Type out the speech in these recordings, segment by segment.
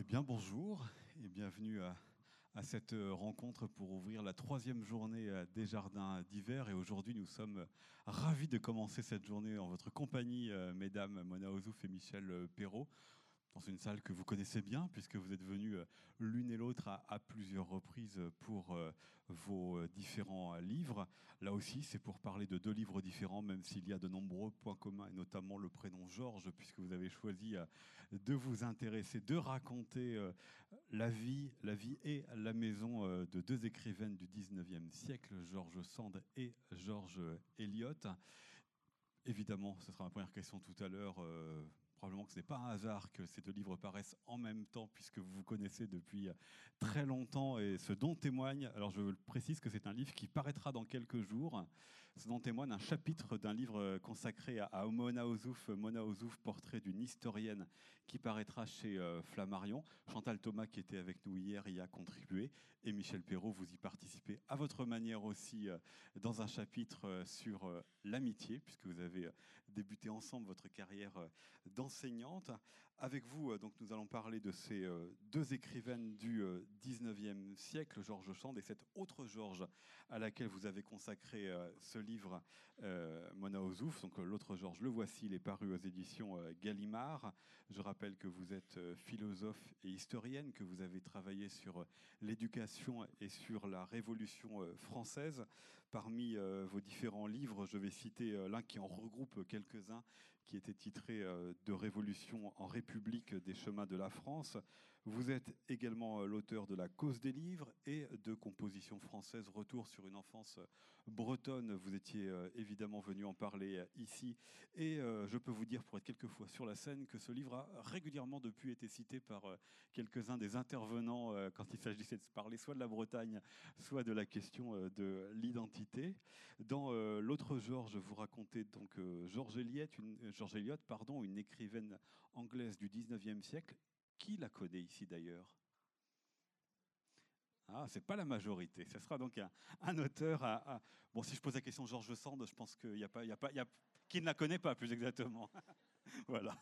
bien, bonjour et bienvenue à cette rencontre pour ouvrir la troisième journée des Jardins d'hiver. Et aujourd'hui, nous sommes ravis de commencer cette journée en votre compagnie, mesdames Mona Ozouf et Michel Perrault, dans une salle que vous connaissez bien, puisque vous êtes venus l'une et l'autre à plusieurs reprises pour vos différents livres. Là aussi, c'est pour parler de deux livres différents, même s'il y a de nombreux points communs, et notamment le prénom Georges, puisque vous avez choisi de vous intéresser, de raconter la vie et la maison de deux écrivaines du 19e siècle, George Sand et George Eliot. Évidemment, ce sera ma première question tout à l'heure. Probablement que ce n'est pas un hasard que ces deux livres paraissent en même temps, puisque vous vous connaissez depuis très longtemps, et ce dont témoigne, alors je précise que c'est un livre qui paraîtra dans quelques jours, ce dont témoigne un chapitre d'un livre consacré à Mona Ozouf, portrait d'une historienne, qui paraîtra chez Flammarion. Chantal Thomas, qui était avec nous hier, y a contribué, et Michel Perrault, vous y participez à votre manière aussi dans un chapitre sur l'amitié, puisque vous avez débuté ensemble votre carrière d'enseignante. Avec vous, donc, nous allons parler de ces deux écrivaines du 19e siècle, George Sand et cette autre Georges à laquelle vous avez consacré ce livre, Mona Ozouf. Donc l'autre Georges, le voici, il est paru aux éditions Gallimard. Je rappelle que vous êtes philosophe et historienne, que vous avez travaillé sur l'éducation et sur la Révolution française. Parmi vos différents livres, je vais citer l'un qui en regroupe quelques-uns, qui était titré De Révolution en République des chemins de la France. Vous êtes également l'auteur de La cause des livres et de Composition française, retour sur une enfance bretonne. Vous étiez évidemment venu en parler ici. Et je peux vous dire, pour être quelquefois sur la scène, que ce livre a régulièrement depuis été cité par quelques-uns des intervenants quand il s'agissait de parler soit de la Bretagne, soit de la question de l'identité. Dans l'autre Georges, vous racontez donc George Eliot, une écrivaine anglaise du 19e siècle. Qui la connaît ici d'ailleurs? Ah, c'est pas la majorité. Ce sera donc un auteur Bon, si je pose la question George Sand, je pense qu'il n'y a pas... Qui ne la connaît pas, plus exactement. Voilà.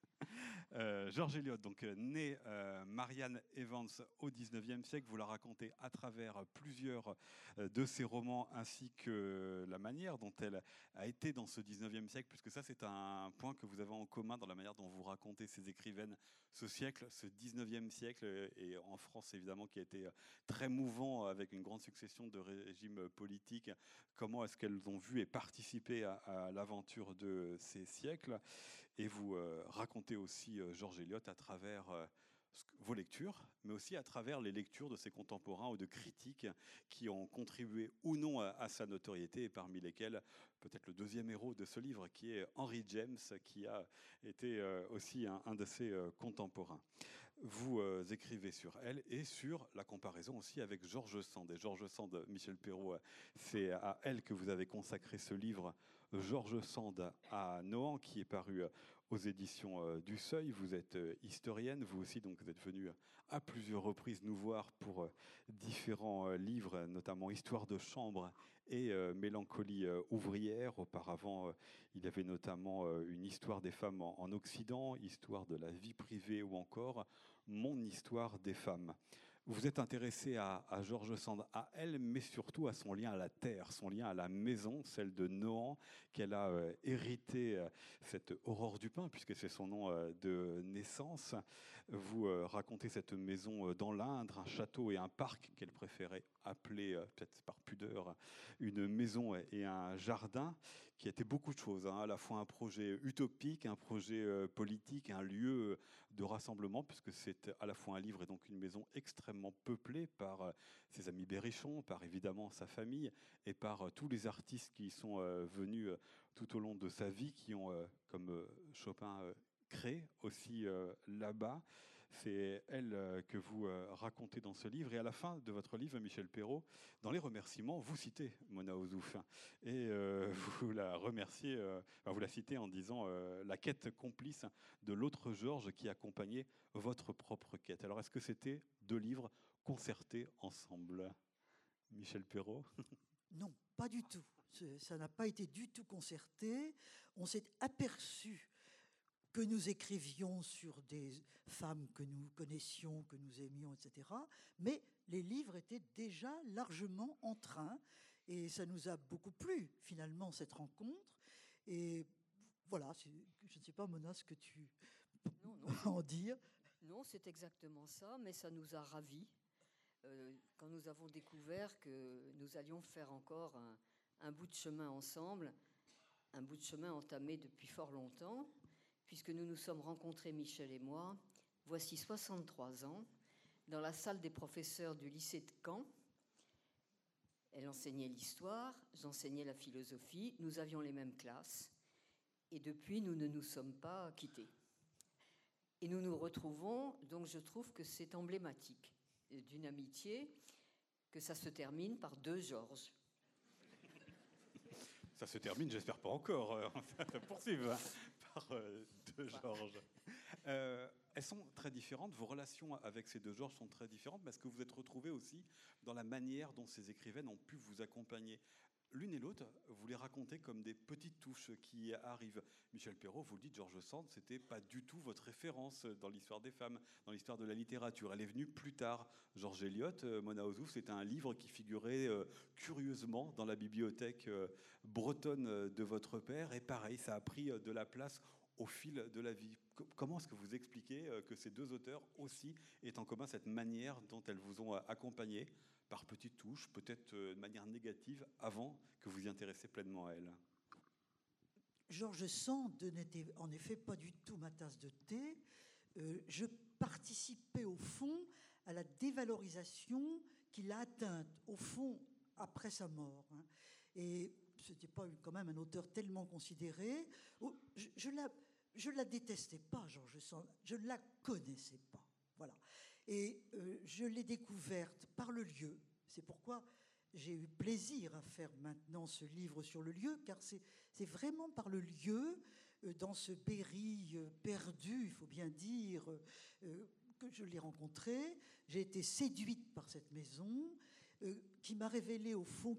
George Eliot, donc né Marianne Evans au XIXe siècle, vous la racontez à travers plusieurs de ses romans, ainsi que la manière dont elle a été dans ce XIXe siècle, puisque ça c'est un point que vous avez en commun dans la manière dont vous racontez ces écrivaines, ce siècle, ce XIXe siècle, et en France évidemment qui a été très mouvant avec une grande succession de régimes politiques. Comment est-ce qu'elles ont vu et participé à l'aventure de ces siècles? Et vous racontez aussi George Eliot à travers vos lectures, mais aussi à travers les lectures de ses contemporains ou de critiques qui ont contribué ou non à sa notoriété, et parmi lesquels peut-être le deuxième héros de ce livre, qui est Henry James, qui a été aussi un de ses contemporains. Vous écrivez sur elle et sur la comparaison aussi avec George Sand. Et George Sand, Michel Perrault, c'est à elle que vous avez consacré ce livre, George Sand à Nohant, qui est paru aux éditions du Seuil. Vous êtes historienne, vous aussi, donc vous êtes venue à plusieurs reprises nous voir pour différents livres, notamment Histoire de chambre et Mélancolie ouvrière. Auparavant, il y avait notamment une histoire des femmes en Occident, histoire de la vie privée, ou encore Mon histoire des femmes. Vous êtes intéressé à George Sand, à elle, mais surtout à son lien à la terre, son lien à la maison, celle de Nohant, qu'elle a hérité, cette Aurore Dupin, puisque c'est son nom de naissance. Vous racontez cette maison dans l'Indre, un château et un parc qu'elle préférait appeler, peut-être par pudeur, une maison et un jardin, qui était beaucoup de choses, hein, à la fois un projet utopique, un projet politique, un lieu de rassemblement, puisque c'est à la fois un livre et donc une maison extrêmement peuplée par ses amis berrichons, par évidemment sa famille, et par tous les artistes qui y sont venus tout au long de sa vie, qui ont, comme Chopin, créé aussi là-bas. C'est elle que vous racontez dans ce livre. Et à la fin de votre livre, Michel Perrault, dans les remerciements, vous citez Mona Ozouf. Et vous la remerciez, vous la citez en disant la quête complice de l'autre Georges qui accompagnait votre propre quête. Alors, est-ce que c'était deux livres concertés ensemble? Michel Perrault? Non, pas du tout. Ça n'a pas été du tout concerté. On s'est aperçu que nous écrivions sur des femmes que nous connaissions, que nous aimions, etc. Mais les livres étaient déjà largement en train, et ça nous a beaucoup plu, finalement, cette rencontre. Et voilà, je ne sais pas, Mona, ce que tu peux en dire. Non, c'est exactement ça, mais ça nous a ravis quand nous avons découvert que nous allions faire encore un bout de chemin ensemble, un bout de chemin entamé depuis fort longtemps, puisque nous nous sommes rencontrés, Michel et moi, voici 63 ans, dans la salle des professeurs du lycée de Caen. Elle enseignait l'histoire, j'enseignais la philosophie, nous avions les mêmes classes, et depuis, nous ne nous sommes pas quittés. Et nous nous retrouvons, donc je trouve que c'est emblématique d'une amitié, que ça se termine par 2 Georges. Ça se termine, j'espère pas encore, ça poursuive par 2 Georges. Elles sont très différentes, vos relations avec ces 2 Georges sont très différentes, parce que vous êtes retrouvés aussi dans la manière dont ces écrivaines ont pu vous accompagner. L'une et l'autre, vous les racontez comme des petites touches qui arrivent. Michel Perrault, vous le dites, George Sand, c'était pas du tout votre référence dans l'histoire des femmes, dans l'histoire de la littérature. Elle est venue plus tard. George Eliot, Mona Ozouf, c'était un livre qui figurait curieusement dans la bibliothèque bretonne de votre père. Et pareil, ça a pris de la place au fil de la vie. Comment est-ce que vous expliquez que ces 2 auteurs aussi aient en commun cette manière dont elles vous ont accompagné par petites touches, peut-être de manière négative, avant que vous y intéressiez pleinement à elle? George Sand n'était en effet pas du tout ma tasse de thé. Je participais au fond à la dévalorisation qu'il a atteinte, au fond, après sa mort. Et ce n'était pas quand même un auteur tellement considéré. Je la détestais pas, George Sand. Je ne la connaissais pas. Voilà. Et je l'ai découverte par le lieu. C'est pourquoi j'ai eu plaisir à faire maintenant ce livre sur le lieu, car c'est vraiment par le lieu, dans ce Berry perdu, il faut bien dire, que je l'ai rencontré. J'ai été séduite par cette maison, qui m'a révélé au fond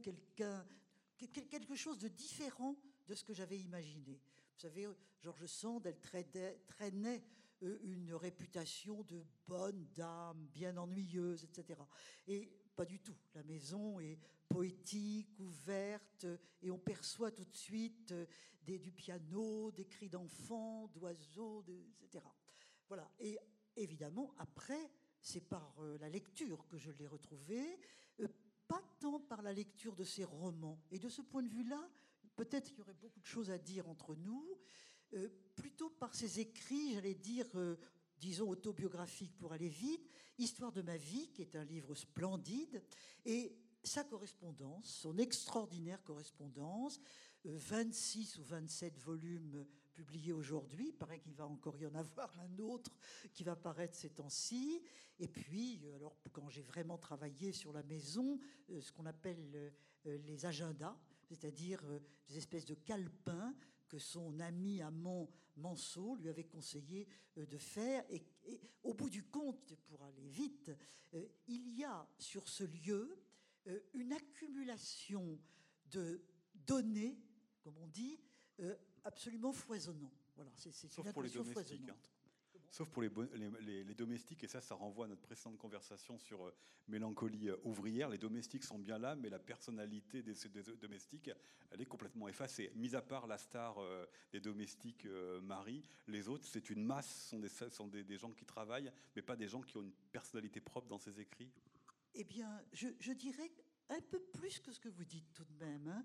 quelque chose de différent de ce que j'avais imaginé. Vous savez, George Sand, elle traînait une réputation de bonne dame, bien ennuyeuse, etc. Et pas du tout. La maison est poétique, ouverte, et on perçoit tout de suite du piano, des cris d'enfants, d'oiseaux, etc. Voilà. Et évidemment, après, c'est par la lecture que je l'ai retrouvé, pas tant par la lecture de ses romans. Et de ce point de vue-là, peut-être qu'il y aurait beaucoup de choses à dire entre nous, plutôt par ses écrits, j'allais dire, disons autobiographiques pour aller vite, Histoire de ma vie, qui est un livre splendide, et sa correspondance, son extraordinaire correspondance, 26 ou 27 volumes publiés aujourd'hui. Il paraît qu'il va encore y en avoir un autre qui va paraître ces temps-ci. Et puis, alors, quand j'ai vraiment travaillé sur la maison, ce qu'on appelle les agendas, c'est-à-dire des espèces de calepins que son ami amant Manceau lui avait conseillé de faire. Et au bout du compte, pour aller vite, il y a sur ce lieu une accumulation de données, comme on dit, absolument foisonnant. Voilà, c'est une impression foisonnante. Sauf pour les domestiques, et ça renvoie à notre précédente conversation sur Mélancolie ouvrière. Les domestiques sont bien là, mais la personnalité des domestiques, elle est complètement effacée. Mis à part la star des domestiques, Marie, les autres, c'est une masse, sont des gens qui travaillent, mais pas des gens qui ont une personnalité propre dans ses écrits. Eh bien, je dirais un peu plus que ce que vous dites tout de même.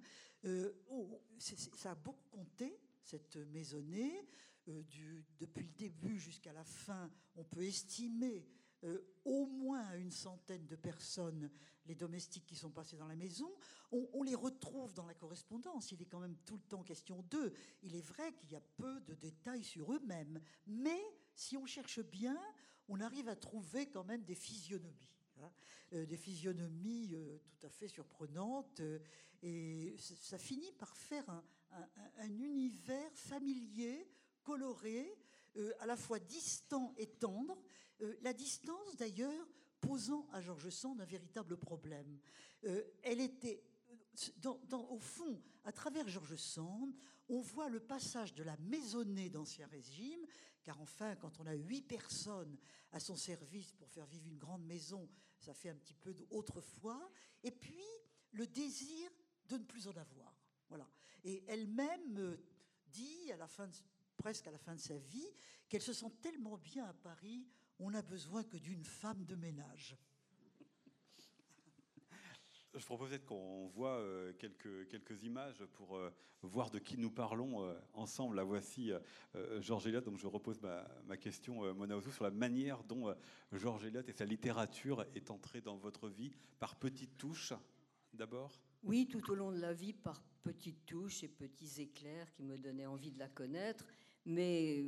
Ça a beaucoup compté, cette maisonnée. Depuis le début jusqu'à la fin, on peut estimer au moins à une centaine de personnes les domestiques qui sont passés dans la maison. On les retrouve dans la correspondance. Il est quand même tout le temps question d'eux. Il est vrai qu'il y a peu de détails sur eux-mêmes. Mais si on cherche bien, on arrive à trouver quand même des physionomies. Des physionomies tout à fait surprenantes, et ça finit par faire un univers familier, coloré, à la fois distant et tendre. La distance, d'ailleurs, posant à George Sand un véritable problème. au fond, à travers George Sand, on voit le passage de la maisonnée d'Ancien Régime, car enfin, quand on a 8 personnes à son service pour faire vivre une grande maison, ça fait un petit peu d'autrefois, et puis le désir de ne plus en avoir. Voilà. Et elle-même dit, presque à la fin de sa vie, qu'elle se sent tellement bien à Paris, on n'a besoin que d'une femme de ménage. Je propose peut-être qu'on voit quelques images pour voir de qui nous parlons ensemble. La voici, Georges Eliot. Donc je repose ma question, Mona Ozu, sur la manière dont Georges Eliot et sa littérature est entrée dans votre vie, par petites touches d'abord. Oui, tout au long de la vie, par petites touches et petits éclairs qui me donnaient envie de la connaître. Mais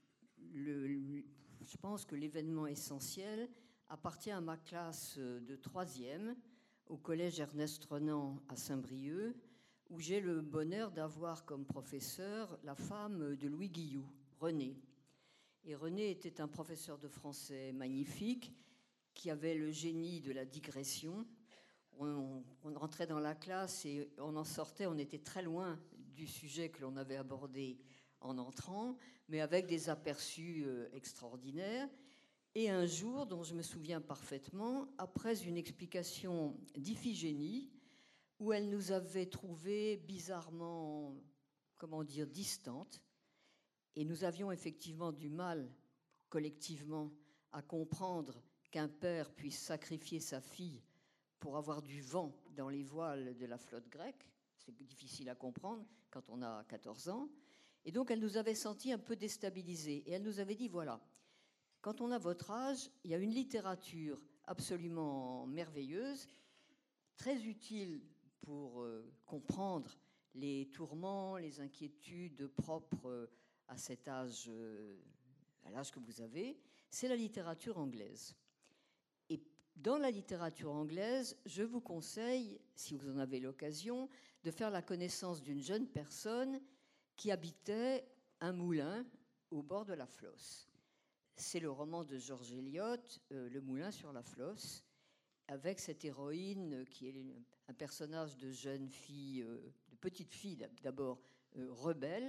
je pense que l'événement essentiel appartient à ma classe de 3e, au collège Ernest Renan à Saint-Brieuc, où j'ai le bonheur d'avoir comme professeur la femme de Louis Guilloux, Renée. Et Renée était un professeur de français magnifique, qui avait le génie de la digression. On rentrait dans la classe et on en sortait, on était très loin du sujet que l'on avait abordé en entrant, mais avec des aperçus extraordinaires. Et un jour, dont je me souviens parfaitement, après une explication d'Iphigénie, où elle nous avait trouvés bizarrement, distantes, et nous avions effectivement du mal, collectivement, à comprendre qu'un père puisse sacrifier sa fille pour avoir du vent dans les voiles de la flotte grecque. C'est difficile à comprendre quand on a 14 ans. Et donc, elle nous avait sentis un peu déstabilisés. Et elle nous avait dit, voilà, quand on a votre âge, il y a une littérature absolument merveilleuse, très utile pour comprendre les tourments, les inquiétudes propres à cet âge, à l'âge que vous avez, c'est la littérature anglaise. Et dans la littérature anglaise, je vous conseille, si vous en avez l'occasion, de faire la connaissance d'une jeune personne qui habitait un moulin au bord de la Flosse. C'est le roman de George Eliot, Le moulin sur la Flosse, avec cette héroïne qui est un personnage de jeune fille, de petite fille d'abord, rebelle,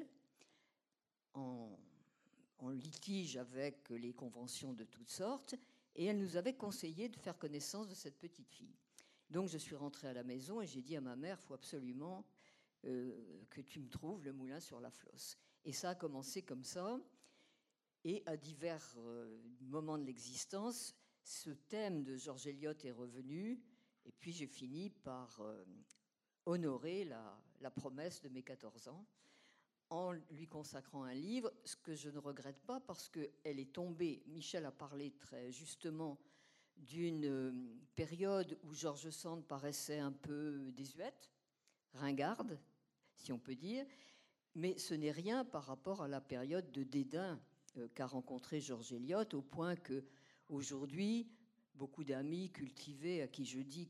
en litige avec les conventions de toutes sortes, et elle nous avait conseillé de faire connaissance de cette petite fille. Donc je suis rentrée à la maison et j'ai dit à ma mère, il faut absolument que tu me trouves Le moulin sur la Flosse. Et ça a commencé comme ça. Et à divers moments de l'existence, ce thème de George Eliot est revenu, et puis j'ai fini par honorer la promesse de mes 14 ans en lui consacrant un livre, ce que je ne regrette pas parce qu'elle est tombée, Michel a parlé très justement d'une période où George Sand paraissait un peu désuète, ringarde, si on peut dire, mais ce n'est rien par rapport à la période de dédain qu'a rencontré George Eliot, au point qu'aujourd'hui, beaucoup d'amis cultivés à qui je disais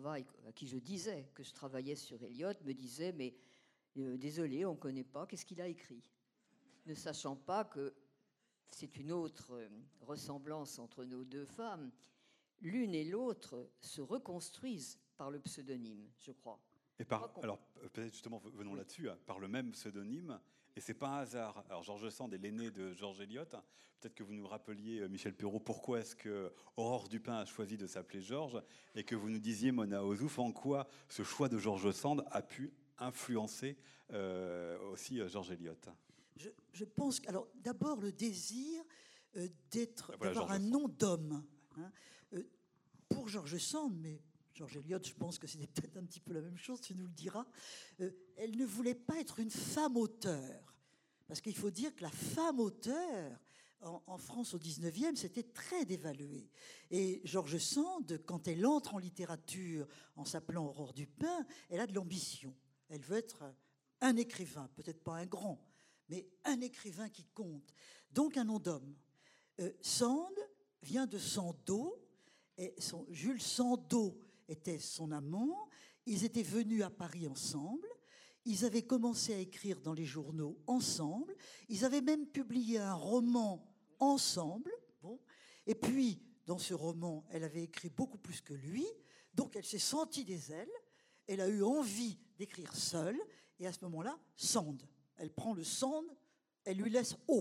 que je travaillais sur Eliot me disaient « mais désolé, on ne connaît pas, qu'est-ce qu'il a écrit ?» Ne sachant pas que c'est une autre ressemblance entre nos deux femmes. L'une et l'autre se reconstruisent par le pseudonyme, je crois. Et alors, peut-être justement, venons là-dessus, par le même pseudonyme, et c'est pas un hasard. Alors, George Sand est l'aîné de George Eliot. Peut-être que vous nous rappeliez, Michel Perrault, pourquoi est-ce que Aurore Dupin a choisi de s'appeler Georges, et que vous nous disiez, Mona Ozouf, en quoi ce choix de George Sand a pu influencer aussi George Eliot. Je pense que, alors, d'abord, le désir d'avoir un nom d'homme. Hein. Pour George Sand, mais George Eliot, je pense que c'était peut-être un petit peu la même chose, tu nous le diras, elle ne voulait pas être une femme auteur. Parce qu'il faut dire que la femme auteur, en France au 19e, c'était très dévalué. Et George Sand, quand elle entre en littérature en s'appelant Aurore Dupin, elle a de l'ambition. Elle veut être un écrivain, peut-être pas un grand, mais un écrivain qui compte. Donc un nom d'homme. Sand vient de Sandeau, et Jules Sandeau était son amant. Ils étaient venus à Paris ensemble. Ils avaient commencé à écrire dans les journaux ensemble. Ils avaient même publié un roman ensemble. Bon. Et puis, dans ce roman, elle avait écrit beaucoup plus que lui. Donc, elle s'est sentie des ailes. elle a eu envie d'écrire seule, et à ce moment-là, Sand. Elle prend le Sand, elle lui laisse O.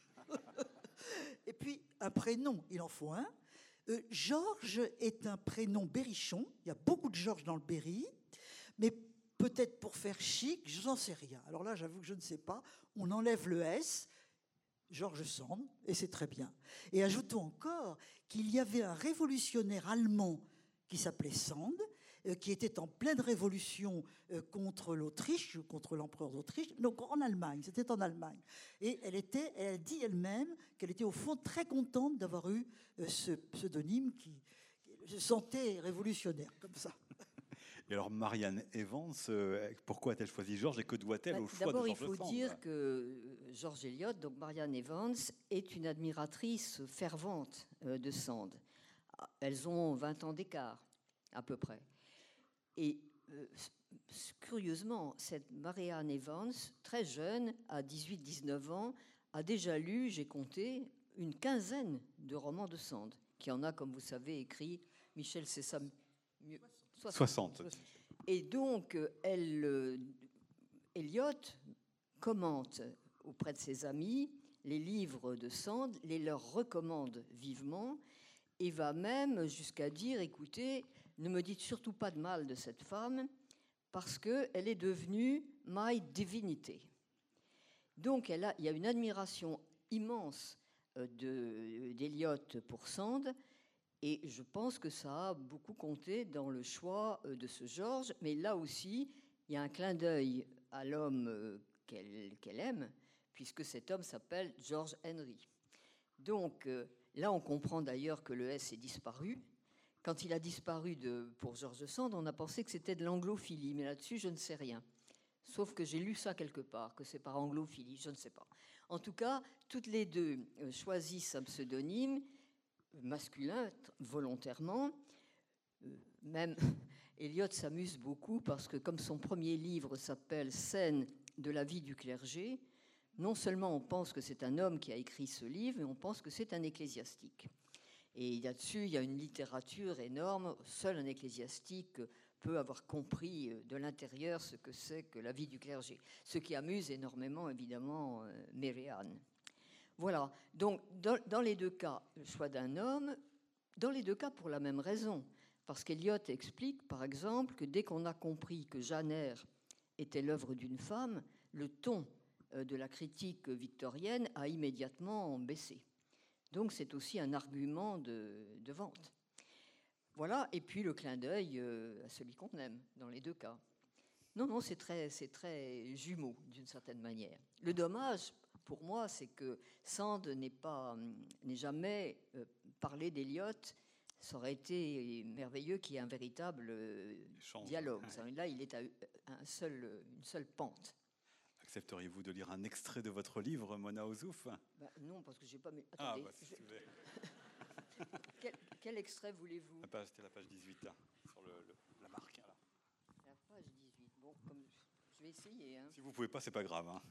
Et puis, un prénom, il en faut un. Georges est un prénom berrichon. Il y a beaucoup de Georges dans le Berry, mais peut-être pour faire chic, je n'en sais rien. Alors là, j'avoue que je ne sais pas. On enlève le S, Georges Sand, et c'est très bien. Et ajoutons encore qu'il y avait un révolutionnaire allemand qui s'appelait Sand, qui était en pleine révolution contre l'Autriche, contre l'empereur d'Autriche, donc en Allemagne, c'était en Allemagne. Et elle a dit elle-même qu'elle était au fond très contente d'avoir eu ce pseudonyme qui se sentait révolutionnaire, comme ça. Et alors Marianne Evans, pourquoi a-t-elle choisi Georges et que doit-elle au choix de D'abord, Georges il faut Sand? dire que George Eliot, donc Marianne Evans, est une admiratrice fervente de Sand. Elles ont 20 ans d'écart, à peu près. Et curieusement, cette Marianne Evans, très jeune, à 18-19 ans, a déjà lu, j'ai compté, une quinzaine de romans de Sand, qui en a, comme vous savez, écrit Michel Cessam. 60. Et donc, Eliot commente auprès de ses amis les livres de Sand, les leur recommande vivement, et va même jusqu'à dire, écoutez, ne me dites surtout pas de mal de cette femme, parce qu'elle est devenue my divinity. Donc, il y a une admiration immense d'Eliot pour Sand, et je pense que ça a beaucoup compté dans le choix de ce Georges. Mais là aussi, il y a un clin d'œil à l'homme qu'elle aime, puisque cet homme s'appelle George Henry. Donc là, on comprend d'ailleurs que le S est disparu. Quand il a disparu pour George Sand, on a pensé que c'était de l'anglophilie, mais là-dessus, je ne sais rien. Sauf que j'ai lu ça quelque part, que c'est par anglophilie, je ne sais pas. En tout cas, toutes les deux choisissent un pseudonyme masculin volontairement. Même Eliot s'amuse beaucoup parce que comme son premier livre s'appelle Scènes de la vie du clergé, non seulement on pense que c'est un homme qui a écrit ce livre, mais on pense que c'est un ecclésiastique. Et là-dessus, il y a une littérature énorme. Seul un ecclésiastique peut avoir compris de l'intérieur ce que c'est que la vie du clergé. Ce qui amuse énormément, évidemment, Marianne. Voilà, donc dans les deux cas, le choix d'un homme, dans les deux cas pour la même raison, parce qu'Eliot explique, par exemple, que dès qu'on a compris que Jeanne Eyre était l'œuvre d'une femme, le ton de la critique victorienne a immédiatement baissé. Donc c'est aussi un argument de vente. Voilà, et puis le clin d'œil à celui qu'on aime, dans les deux cas. Non, c'est très jumeau, d'une certaine manière. Le dommage, pour moi, c'est que Sand n'ait jamais parlé d'Eliot. Ça aurait été merveilleux qu'il y ait un véritable dialogue. Ouais. Là, il est à une seule pente. Accepteriez-vous de lire un extrait de votre livre, Mona Ozouf? Non, parce que je n'ai pas... Attendez. Quel extrait voulez-vous? C'était la page 18, là, sur la marque. Là. La page 18. Bon, je vais essayer. Hein. Si vous ne pouvez pas, ce n'est pas grave. Hein.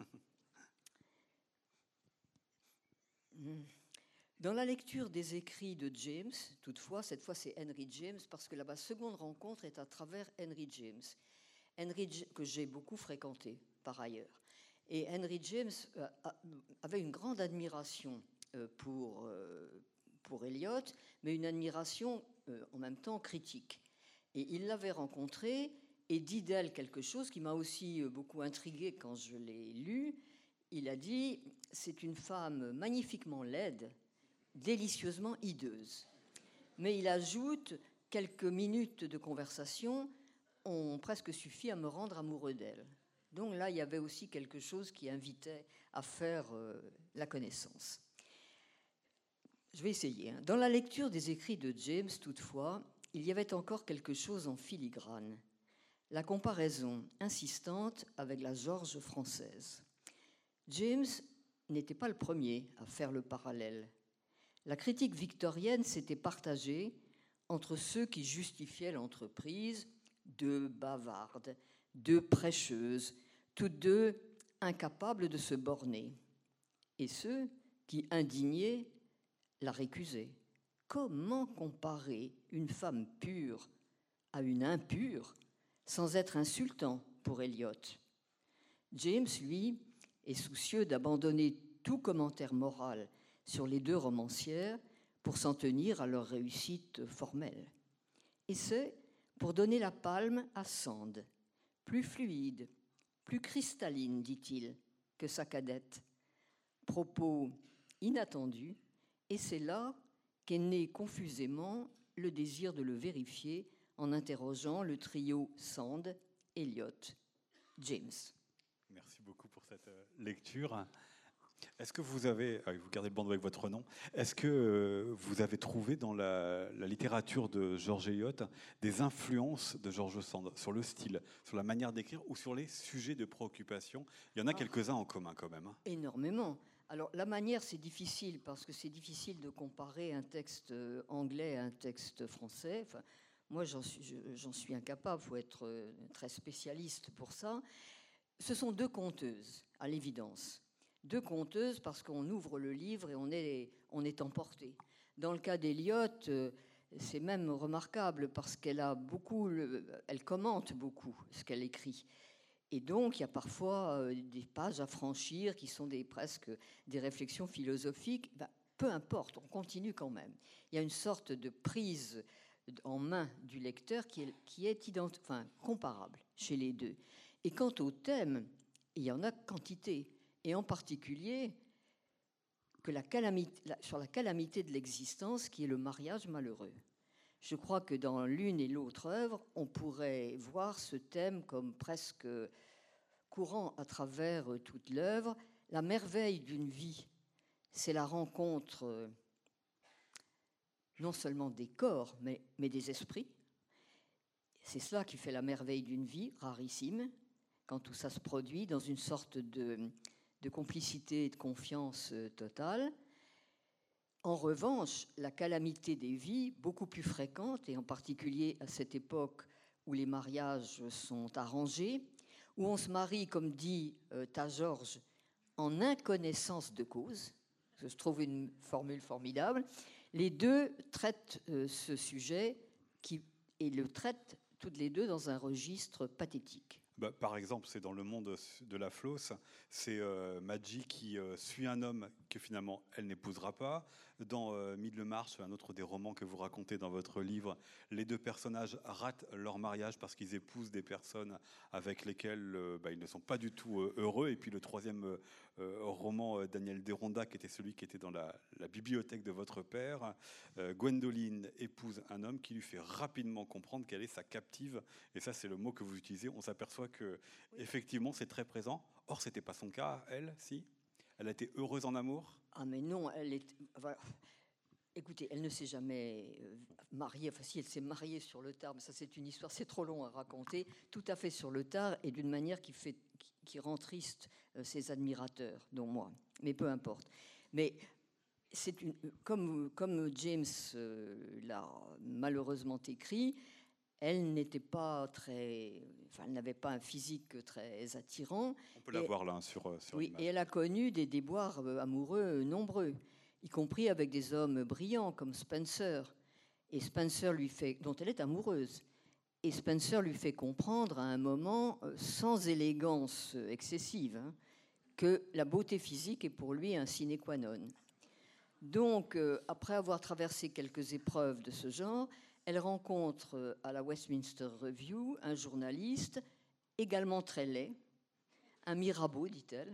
Dans la lecture des écrits de James, toutefois, cette fois c'est Henry James, parce que la seconde rencontre est à travers Henry James. Que j'ai beaucoup fréquenté, par ailleurs. Et Henry James avait une grande admiration pour Eliot, mais une admiration en même temps critique. Et il l'avait rencontrée et dit d'elle quelque chose qui m'a aussi beaucoup intriguée quand je l'ai lu. Il a dit « C'est une femme magnifiquement laide, délicieusement hideuse. » Mais il ajoute « Quelques minutes de conversation ont presque suffi à me rendre amoureux d'elle. » Donc là, il y avait aussi quelque chose qui invitait à faire la connaissance. Je vais essayer. Dans la lecture des écrits de James, toutefois, il y avait encore quelque chose en filigrane. La comparaison insistante avec la George française. James n'était pas le premier à faire le parallèle. La critique victorienne s'était partagée entre ceux qui justifiaient l'entreprise, deux bavardes, deux prêcheuses, toutes deux incapables de se borner, et ceux qui, indignés, la récusaient. Comment comparer une femme pure à une impure, sans être insultant pour Eliot. James, lui, est soucieux d'abandonner tout commentaire moral sur les deux romancières pour s'en tenir à leur réussite formelle. Et c'est pour donner la palme à Sand, plus fluide, plus cristalline, dit-il, que sa cadette. Propos inattendus, et c'est là qu'est né confusément le désir de le vérifier en interrogeant le trio Sand, Eliot, James. Merci beaucoup pour cette lecture. Est-ce que vous avez, vous gardez le bandeau avec votre nom, est-ce que vous avez trouvé dans la littérature de George Eliot des influences de George Sand sur le style, sur la manière d'écrire ou sur les sujets de préoccupation? Il y en a quelques-uns en commun quand même. Énormément. Alors la manière, c'est difficile parce que c'est difficile de comparer un texte anglais à un texte français. Enfin, moi, j'en suis incapable, il faut être très spécialiste pour ça. Ce sont deux conteuses, à l'évidence. Deux conteuses parce qu'on ouvre le livre et on est emporté. Dans le cas d'Eliot, c'est même remarquable parce qu'elle elle commente beaucoup ce qu'elle écrit. Et donc, il y a parfois des pages à franchir qui sont presque des réflexions philosophiques. Peu importe, on continue quand même. Il y a une sorte de prise en main du lecteur qui est comparable chez les deux. Et quant au thème, il y en a quantité. Et en particulier sur la calamité de l'existence qui est le mariage malheureux. Je crois que dans l'une et l'autre œuvre, on pourrait voir ce thème comme presque courant à travers toute l'œuvre. La merveille d'une vie, c'est la rencontre non seulement des corps, mais des esprits. C'est cela qui fait la merveille d'une vie, rarissime, quand tout ça se produit dans une sorte de complicité et de confiance totale. En revanche, la calamité des vies, beaucoup plus fréquente, et en particulier à cette époque où les mariages sont arrangés, où on se marie, comme dit Ta Georges, en inconnaissance de cause, je trouve une formule formidable, les deux traitent ce sujet et le traitent toutes les deux dans un registre pathétique. Par exemple, c'est dans Le Monde de la Flosse, c'est Madji qui suit un homme que finalement elle n'épousera pas. Dans Mille-le-Marche, un autre des romans que vous racontez dans votre livre, les deux personnages ratent leur mariage parce qu'ils épousent des personnes avec lesquelles ils ne sont pas du tout heureux. Et puis le troisième roman, Daniel Deronda, qui était celui qui était dans la bibliothèque de votre père, Gwendoline épouse un homme qui lui fait rapidement comprendre qu'elle est sa captive. Et ça, c'est le mot que vous utilisez. On s'aperçoit que effectivement, c'est très présent. Or, c'était pas son cas, elle, si. Elle a été heureuse en amour? Ah mais non, voilà. Écoutez, elle ne s'est jamais mariée. Enfin, si, elle s'est mariée sur le tard, mais ça, c'est une histoire, c'est trop long à raconter. Tout à fait sur le tard et d'une manière qui rend triste ses admirateurs, dont moi. Mais peu importe. Mais c'est comme James l'a malheureusement écrit, elle n'était pas elle n'avait pas un physique très attirant. On peut la voir là sur oui, l'image. Et elle a connu des déboires amoureux nombreux, y compris avec des hommes brillants comme Spencer. Et Spencer dont elle est amoureuse. Et Spencer lui fait comprendre à un moment, sans élégance excessive, que la beauté physique est pour lui un sine qua non. Donc, après avoir traversé quelques épreuves de ce genre, elle rencontre à la Westminster Review un journaliste également très laid, un Mirabeau, dit-elle,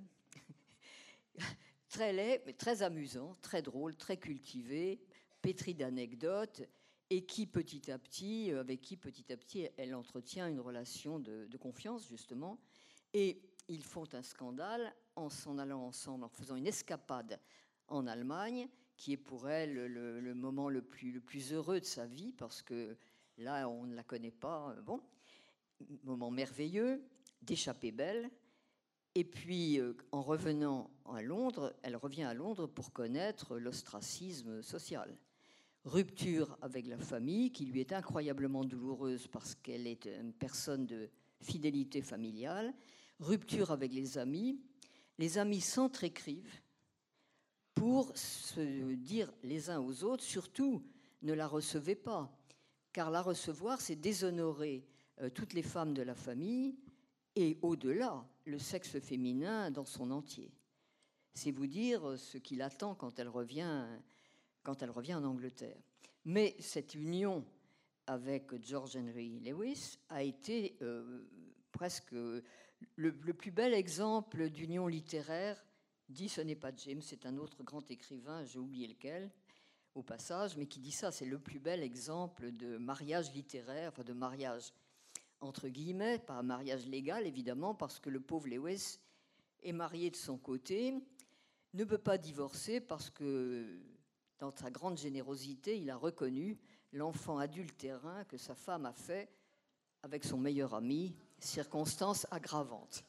très laid, mais très amusant, très drôle, très cultivé, pétri d'anecdotes, et avec qui petit à petit, elle entretient une relation de confiance, justement. Et ils font un scandale en s'en allant ensemble, en faisant une escapade en Allemagne, qui est pour elle le moment le plus heureux de sa vie, parce que là, on ne la connaît pas. Bon, moment merveilleux, d'échapper belle. Et puis, en revenant à Londres, elle revient à Londres pour connaître l'ostracisme social. Rupture avec la famille, qui lui est incroyablement douloureuse parce qu'elle est une personne de fidélité familiale. Rupture avec les amis. Les amis s'entre-écrivent pour se dire les uns aux autres, surtout, ne la recevez pas, car la recevoir, c'est déshonorer toutes les femmes de la famille et au-delà, le sexe féminin dans son entier. C'est vous dire ce qu'il attend quand elle revient en Angleterre. Mais cette union avec George Henry Lewis a été presque le plus bel exemple d'union littéraire. Dit, ce n'est pas James, c'est un autre grand écrivain, j'ai oublié lequel, au passage, mais qui dit ça, c'est le plus bel exemple de mariage littéraire, enfin de mariage entre guillemets, pas un mariage légal évidemment, parce que le pauvre Lewis est marié de son côté, ne peut pas divorcer parce que dans sa grande générosité, il a reconnu l'enfant adultérin que sa femme a fait avec son meilleur ami, circonstance aggravante.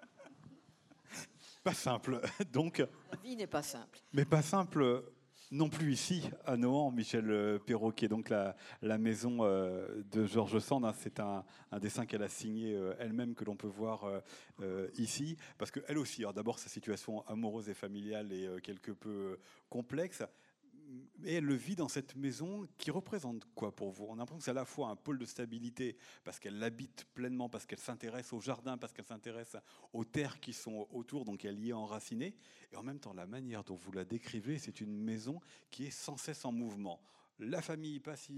Pas simple, donc. La vie n'est pas simple. Mais pas simple non plus ici, à Nohant, Michel Perrault, qui est donc la maison de George Sand. Hein, c'est un dessin qu'elle a signé elle-même, que l'on peut voir ici. Parce qu'elle aussi, alors d'abord, sa situation amoureuse et familiale est quelque peu complexe. Et elle le vit dans cette maison qui représente quoi pour vous? On a l'impression que c'est à la fois un pôle de stabilité parce qu'elle l'habite pleinement, parce qu'elle s'intéresse au jardin, parce qu'elle s'intéresse aux terres qui sont autour, donc elle y est enracinée. Et en même temps, la manière dont vous la décrivez, c'est une maison qui est sans cesse en mouvement. La famille passe,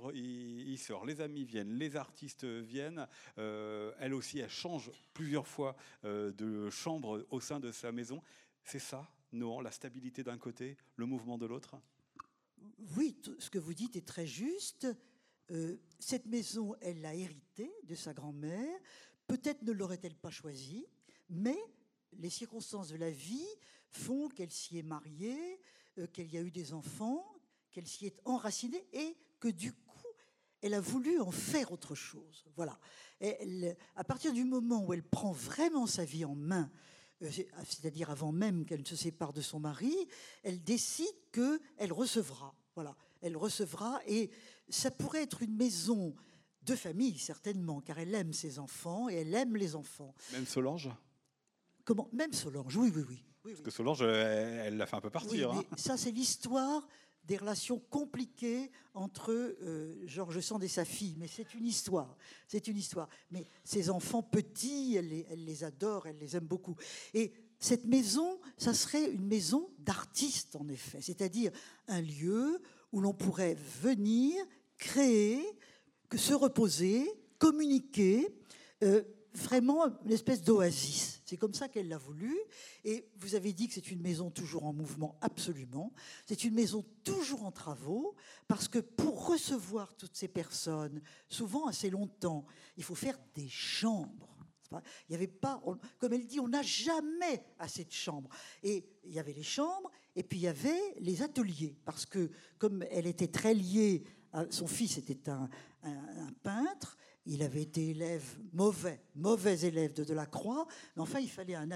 il sort, les amis viennent, les artistes viennent. Elle aussi, elle change plusieurs fois de chambre au sein de sa maison. C'est ça, Nohant, la stabilité d'un côté, le mouvement de l'autre? Oui, ce que vous dites est très juste. Cette maison, elle l'a héritée de sa grand-mère. Peut-être ne l'aurait-elle pas choisie, mais les circonstances de la vie font qu'elle s'y est mariée, qu'elle y a eu des enfants, qu'elle s'y est enracinée et que du coup, elle a voulu en faire autre chose. Voilà. À partir du moment où elle prend vraiment sa vie en main, c'est-à-dire avant même qu'elle ne se sépare de son mari, elle décide qu'elle recevra. Voilà, elle recevra, et ça pourrait être une maison de famille, certainement, car elle aime ses enfants et elle aime les enfants. Même Solange? Comment? Même Solange, oui. Parce que Solange, elle l'a fait un peu partir. Oui, mais ça, c'est l'histoire des relations compliquées entre George Sand et sa fille. Mais c'est une histoire. Mais ses enfants petits, elle les adore, elle les aime beaucoup. Et cette maison, ça serait une maison d'artistes, en effet. C'est-à-dire un lieu où l'on pourrait venir, créer, se reposer, communiquer, vraiment une espèce d'oasis. C'est comme ça qu'elle l'a voulu. Et vous avez dit que c'est une maison toujours en mouvement, absolument. C'est une maison toujours en travaux, parce que pour recevoir toutes ces personnes, souvent assez longtemps, il faut faire des chambres. Il n'y avait pas, comme elle dit, on n'a jamais assez de chambres. Et il y avait les chambres, et puis il y avait les ateliers, parce que comme elle était très liée, son fils était un peintre. Il avait été mauvais élève de Delacroix, mais enfin, il fallait un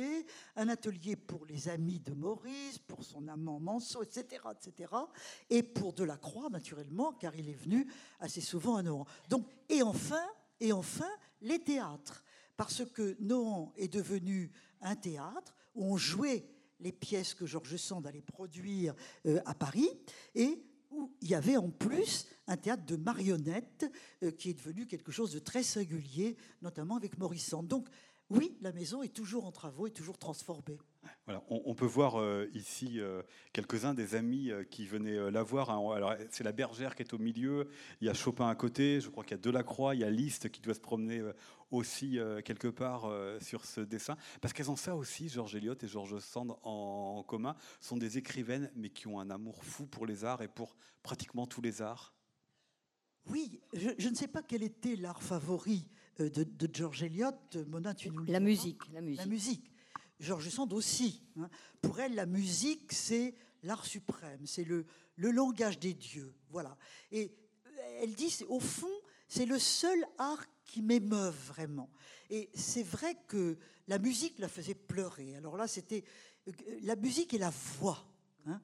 atelier pour les amis de Maurice, pour son amant Manceau, etc., etc., et pour Delacroix, naturellement, car il est venu assez souvent à Nohant. Donc, et enfin, les théâtres, parce que Nohant est devenu un théâtre où on jouait les pièces que George Sand allait produire à Paris, et où il y avait en plus un théâtre de marionnettes qui est devenu quelque chose de très singulier, notamment avec Maurice Sand. Donc oui, la maison est toujours en travaux et toujours transformée. Voilà, on peut voir ici quelques-uns des amis qui venaient la voir. Alors, c'est la Bergère qui est au milieu, il y a Chopin à côté, je crois qu'il y a Delacroix, il y a Liszt qui doit se promener aussi quelque part sur ce dessin. Parce qu'elles ont ça aussi, George Eliot et George Sand en commun, sont des écrivaines, mais qui ont un amour fou pour les arts et pour pratiquement tous les arts. Oui, je ne sais pas quel était l'art favori de George Eliot. Mona, tu nous le dis. La musique. La musique. George Sand aussi. Hein. Pour elle, la musique, c'est l'art suprême, c'est le langage des dieux. Voilà. Et elle dit, au fond, c'est le seul art qui m'émeuve vraiment. Et c'est vrai que la musique la faisait pleurer. Alors là, c'était la musique et la voix. Hein.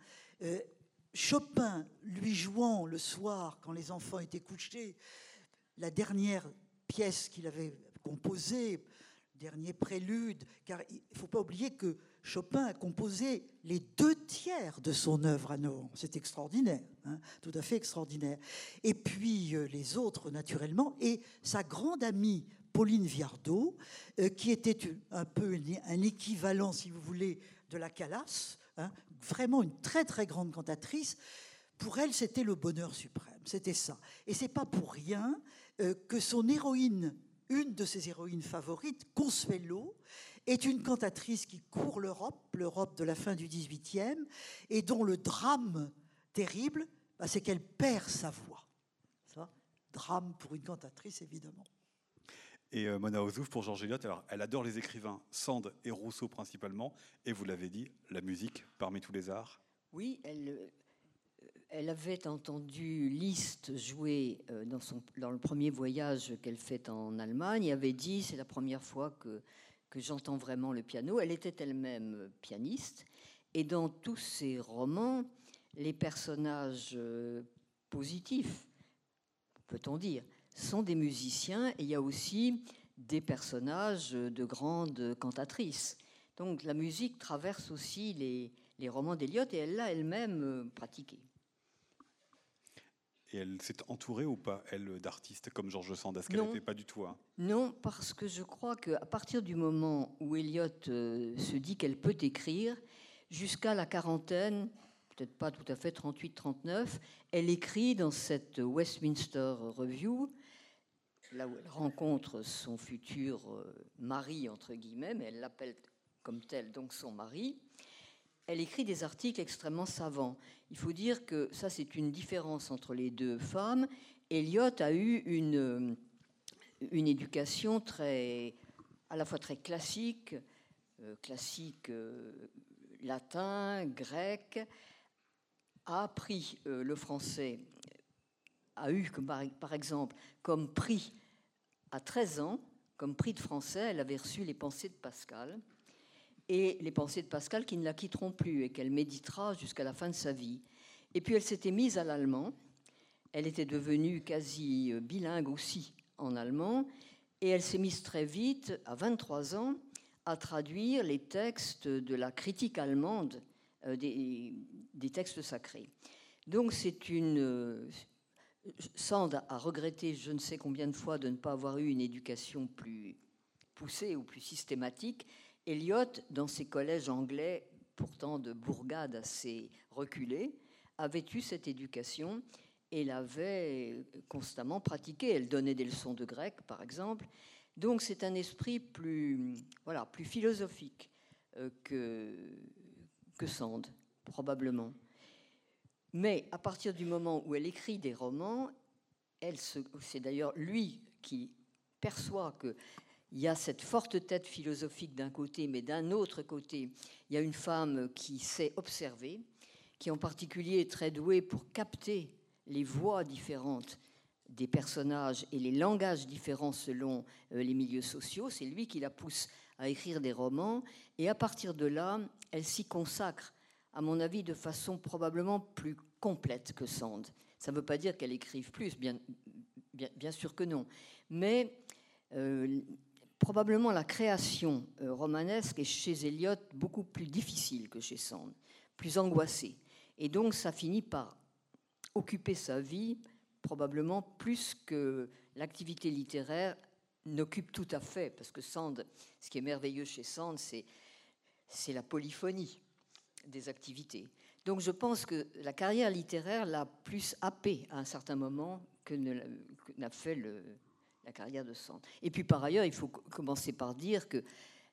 Chopin, lui jouant le soir, quand les enfants étaient couchés, la dernière pièce qu'il avait composée, dernier prélude, car il ne faut pas oublier que Chopin a composé les 2/3 de son œuvre à Nohant. C'est extraordinaire, hein, tout à fait extraordinaire. Et puis les autres, naturellement, et sa grande amie Pauline Viardot, qui était un peu un équivalent, si vous voulez, de la Calas, hein, vraiment une très très grande cantatrice. Pour elle, c'était le bonheur suprême, c'était ça. Et c'est pas pour rien que son héroïne, une de ses héroïnes favorites, Consuelo, est une cantatrice qui court l'Europe de la fin du XVIIIe, et dont le drame terrible, c'est qu'elle perd sa voix. Ça, drame pour une cantatrice, évidemment. Et Mona Ozouf, pour Georges Eliot, alors, elle adore les écrivains, Sand et Rousseau principalement, et vous l'avez dit, la musique parmi tous les arts. Oui, elle avait entendu Liszt jouer dans le premier voyage qu'elle fait en Allemagne. Elle avait dit, c'est la première fois que j'entends vraiment le piano. Elle était elle-même pianiste. Et dans tous ses romans, les personnages positifs, peut-on dire, sont des musiciens. Et il y a aussi des personnages de grandes cantatrices. Donc la musique traverse aussi les romans d'Eliot, et elle l'a elle-même pratiquée. Et elle s'est entourée ou pas, elle, d'artistes comme George Sand? Est-ce qu'elle n'était pas du tout... Non, parce que je crois qu'à partir du moment où Eliot se dit qu'elle peut écrire, jusqu'à la quarantaine, peut-être pas tout à fait 38-39, elle écrit dans cette Westminster Review, là où elle rencontre son futur mari, entre guillemets, mais elle l'appelle comme tel, donc son mari. Elle écrit des articles extrêmement savants. Il faut dire que ça, c'est une différence entre les deux femmes. Eliot a eu une éducation à la fois très classique, latin, grec, a appris le français, a eu, par exemple, comme prix à 13 ans, comme prix de français, elle avait reçu les Pensées de Pascal. Et les Pensées de Pascal qui ne la quitteront plus et qu'elle méditera jusqu'à la fin de sa vie. Et puis elle s'était mise à l'allemand. Elle était devenue quasi bilingue aussi en allemand. Et elle s'est mise très vite, à 23 ans, à traduire les textes de la critique allemande, des textes sacrés. Donc c'est une... Sand a regretté je ne sais combien de fois de ne pas avoir eu une éducation plus poussée ou plus systématique. Eliot, dans ses collèges anglais, pourtant de bourgade assez reculée, avait eu cette éducation et l'avait constamment pratiquée. Elle donnait des leçons de grec, par exemple. Donc c'est un esprit plus philosophique que Sand, probablement. Mais à partir du moment où elle écrit des romans, c'est d'ailleurs lui qui perçoit que il y a cette forte tête philosophique d'un côté, mais d'un autre côté, il y a une femme qui sait observer, qui en particulier est très douée pour capter les voix différentes des personnages et les langages différents selon les milieux sociaux. C'est lui qui la pousse à écrire des romans. Et à partir de là, elle s'y consacre, à mon avis, de façon probablement plus complète que Sand. Ça ne veut pas dire qu'elle écrive plus, bien sûr que non. Mais... probablement la création romanesque est chez Eliot beaucoup plus difficile que chez Sand, plus angoissée. Et donc ça finit par occuper sa vie probablement plus que l'activité littéraire n'occupe tout à fait, parce que Sand, ce qui est merveilleux chez Sand, c'est la polyphonie des activités. Donc je pense que la carrière littéraire l'a plus happée à un certain moment que n'a fait la carrière de Sand. Et puis par ailleurs, il faut commencer par dire que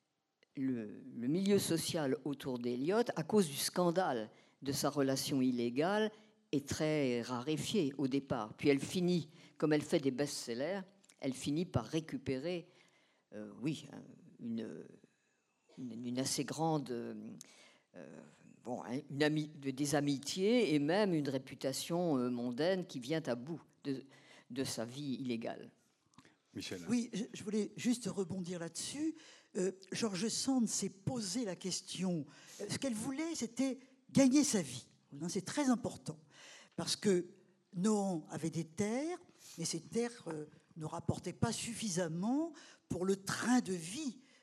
le milieu social autour d'Eliot, à cause du scandale de sa relation illégale, est très raréfié au départ. Puis elle finit, comme elle fait des best-sellers, elle finit par récupérer, une assez grande... des amitiés et même une réputation mondaine qui vient à bout de sa vie illégale. Michel. Oui, je voulais juste rebondir là-dessus. George Sand s'est posé la question. Ce qu'elle voulait, c'était gagner sa vie. C'est très important. Parce que Nohant avait des terres, mais ces terres ne rapportaient pas suffisamment pour le train de vie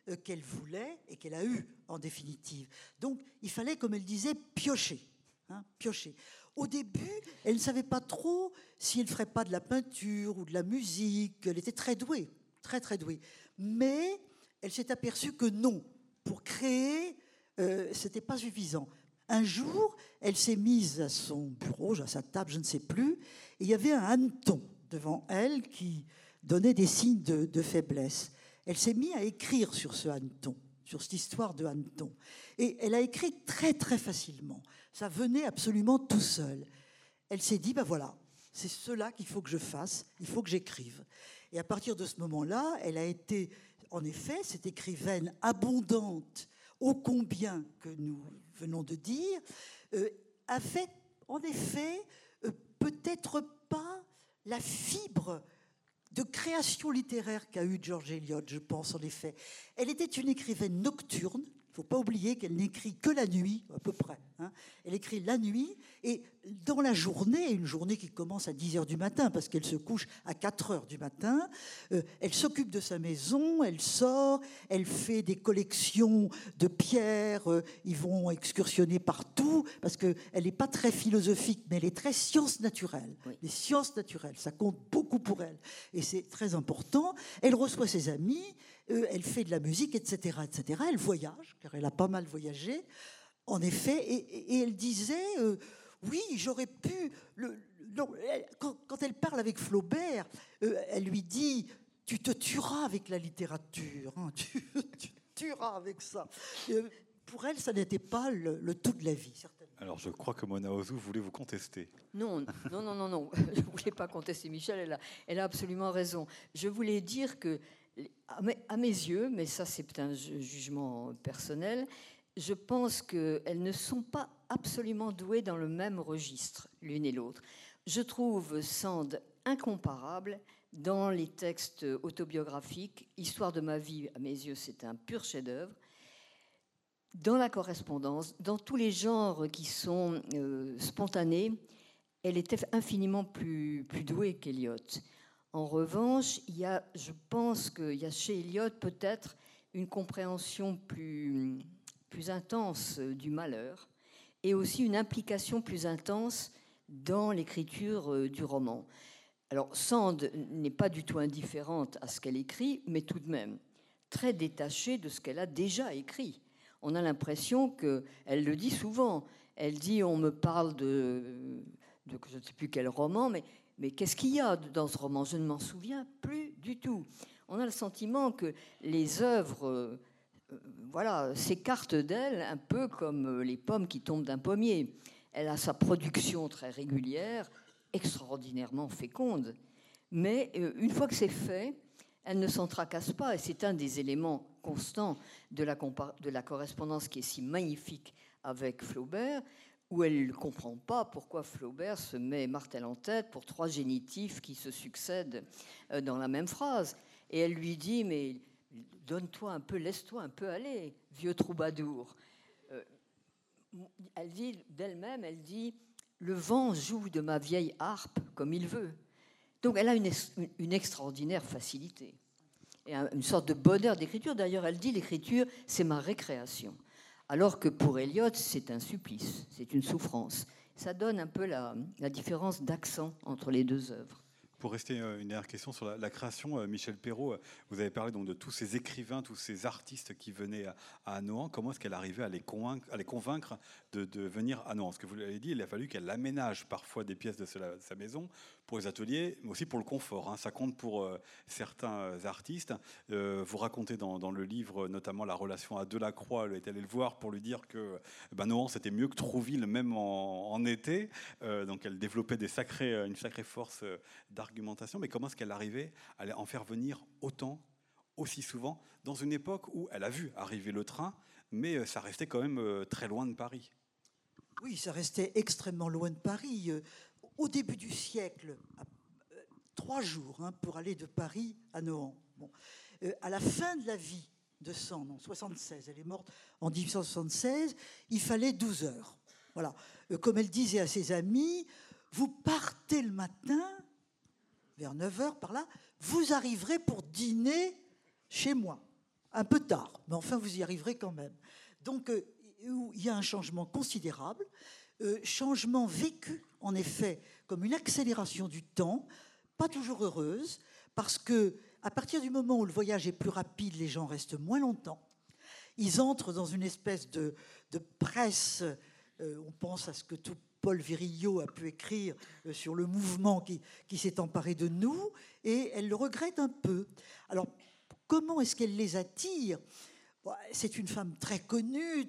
qu'elle voulait et qu'elle a eu en définitive. Donc il fallait, comme elle disait, piocher. Piocher. Au début, elle ne savait pas trop si elle ne ferait pas de la peinture ou de la musique. Elle était très douée, très très douée. Mais elle s'est aperçue que non, pour créer, ce n'était pas suffisant. Un jour, elle s'est mise à son bureau, à sa table, je ne sais plus, et il y avait un hanneton devant elle qui donnait des signes de faiblesse. Elle s'est mise à écrire sur ce hanneton, sur cette histoire de hanneton. Et elle a écrit très très facilement. Ça venait absolument tout seul. Elle s'est dit, ben voilà, c'est cela qu'il faut que je fasse, il faut que j'écrive. Et à partir de ce moment-là, elle a été, en effet, cette écrivaine abondante, ô combien que nous venons de dire, a fait, en effet, peut-être pas la fibre de création littéraire qu'a eu George Eliot, je pense, en effet. Elle était une écrivaine nocturne. Il ne faut pas oublier qu'elle n'écrit que la nuit, à peu près. Elle écrit la nuit, et dans la journée, une journée qui commence à 10h du matin, parce qu'elle se couche à 4h du matin, elle s'occupe de sa maison, elle sort, elle fait des collections de pierres, ils vont excursionner partout, parce qu'elle n'est pas très philosophique, mais elle est très science naturelle. Oui. Les sciences naturelles, ça compte beaucoup pour elle, et c'est très important. Elle reçoit ses amis, elle fait de la musique, etc., etc. Elle voyage, car elle a pas mal voyagé, en effet, et elle disait, oui, j'aurais pu... Quand elle parle avec Flaubert, elle lui dit, tu te tueras avec la littérature, tu te tueras avec ça. Pour elle, ça n'était pas le tout de la vie, certainement. Alors, je crois que Mona Ozu voulait vous contester. Non. Je ne voulais pas contester Michel, elle a absolument raison. Je voulais dire que, à mes yeux, mais ça c'est un jugement personnel, je pense qu'elles ne sont pas absolument douées dans le même registre, l'une et l'autre. Je trouve Sand incomparable dans les textes autobiographiques. Histoire de ma vie, à mes yeux, c'est un pur chef-d'œuvre. Dans la correspondance, dans tous les genres qui sont spontanés, elle était infiniment plus douée qu'Eliot. En revanche, je pense qu'il y a chez Eliot peut-être une compréhension plus intense du malheur et aussi une implication plus intense dans l'écriture du roman. Alors, Sand n'est pas du tout indifférente à ce qu'elle écrit, mais tout de même très détachée de ce qu'elle a déjà écrit. On a l'impression qu'elle le dit souvent. Elle dit, on me parle de je ne sais plus quel roman, mais qu'est-ce qu'il y a dans ce roman? Je ne m'en souviens plus du tout. On a le sentiment que les œuvres s'écartent d'elle un peu comme les pommes qui tombent d'un pommier. Elle a sa production très régulière, extraordinairement féconde, mais une fois que c'est fait, elle ne s'en tracasse pas, et c'est un des éléments constants de la correspondance qui est si magnifique avec Flaubert, où elle ne comprend pas pourquoi Flaubert se met Martel en tête pour 3 génitifs qui se succèdent dans la même phrase. Et elle lui dit, mais donne-toi un peu, laisse-toi un peu aller, vieux troubadour. Elle dit d'elle-même, le vent joue de ma vieille harpe comme il veut. Donc elle a une extraordinaire facilité et une sorte de bonheur d'écriture. D'ailleurs, elle dit, l'écriture, c'est ma récréation. Alors que pour Eliot, c'est un supplice, c'est une souffrance. Ça donne un peu la différence d'accent entre les deux œuvres. Pour rester une dernière question sur la création, Michel Perrault, vous avez parlé donc de tous ces écrivains, tous ces artistes qui venaient à Nohant. Comment est-ce qu'elle arrivait à les convaincre de venir à Nohant? Parce que vous l'avez dit, il a fallu qu'elle aménage parfois des pièces de sa maison pour les ateliers, mais aussi pour le confort. Ça compte pour certains artistes. Vous racontez dans le livre notamment la relation à Delacroix. Elle est allée le voir pour lui dire que Nohant, c'était mieux que Trouville, même en été. Donc elle développait une sacrée force d'argumentation. Mais comment est-ce qu'elle arrivait à en faire venir autant, aussi souvent, dans une époque où elle a vu arriver le train, mais ça restait quand même très loin de Paris? Oui, ça restait extrêmement loin de Paris. Au début du siècle, 3 jours pour aller de Paris à Nohant. Bon. À la fin de la vie de Sand, en 76, elle est morte en 1876, il fallait 12 heures. Voilà. Comme elle disait à ses amis, vous partez le matin, vers 9 heures par là, vous arriverez pour dîner chez moi. un peu tard, mais enfin vous y arriverez quand même. Donc il y a un changement considérable, changement vécu en effet comme une accélération du temps, pas toujours heureuse, parce que à partir du moment où le voyage est plus rapide, les gens restent moins longtemps. Ils entrent dans une espèce de presse. On pense à ce que tout Paul Virilio a pu écrire sur le mouvement qui s'est emparé de nous, et elle le regrette un peu. Alors, comment est-ce qu'elle les attire ? C'est une femme très connue,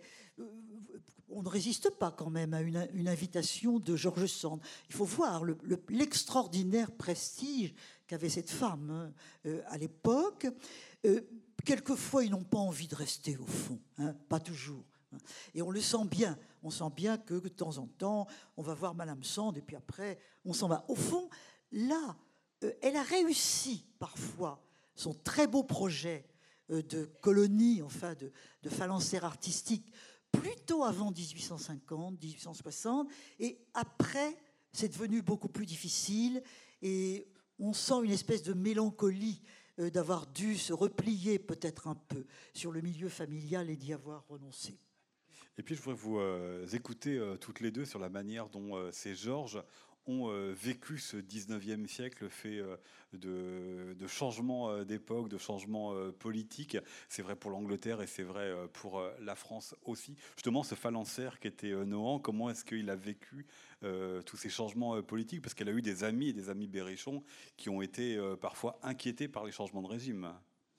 on ne résiste pas quand même à une invitation de George Sand. Il faut voir l'extraordinaire prestige qu'avait cette femme à l'époque. Quelquefois, ils n'ont pas envie de rester au fond, hein, pas toujours. Et on le sent bien. On sent bien que de temps en temps, on va voir Madame Sand et puis après, on s'en va. Au fond, là, elle a réussi parfois son très beau projet de colonie, enfin de phalanstère artistique, plutôt avant 1850, 1860. Et après, c'est devenu beaucoup plus difficile et on sent une espèce de mélancolie d'avoir dû se replier peut-être un peu sur le milieu familial et d'y avoir renoncé. Et puis je voudrais vous écouter toutes les deux sur la manière dont ces Georges ont vécu ce 19e siècle fait de changements d'époque, de changements politiques. C'est vrai pour l'Angleterre et c'est vrai pour la France aussi. Justement, ce phalanstère qui était Nohan, comment est-ce qu'il a vécu tous ces changements politiques ? Parce qu'elle a eu des amis et des amis berrichons qui ont été parfois inquiétés par les changements de régime.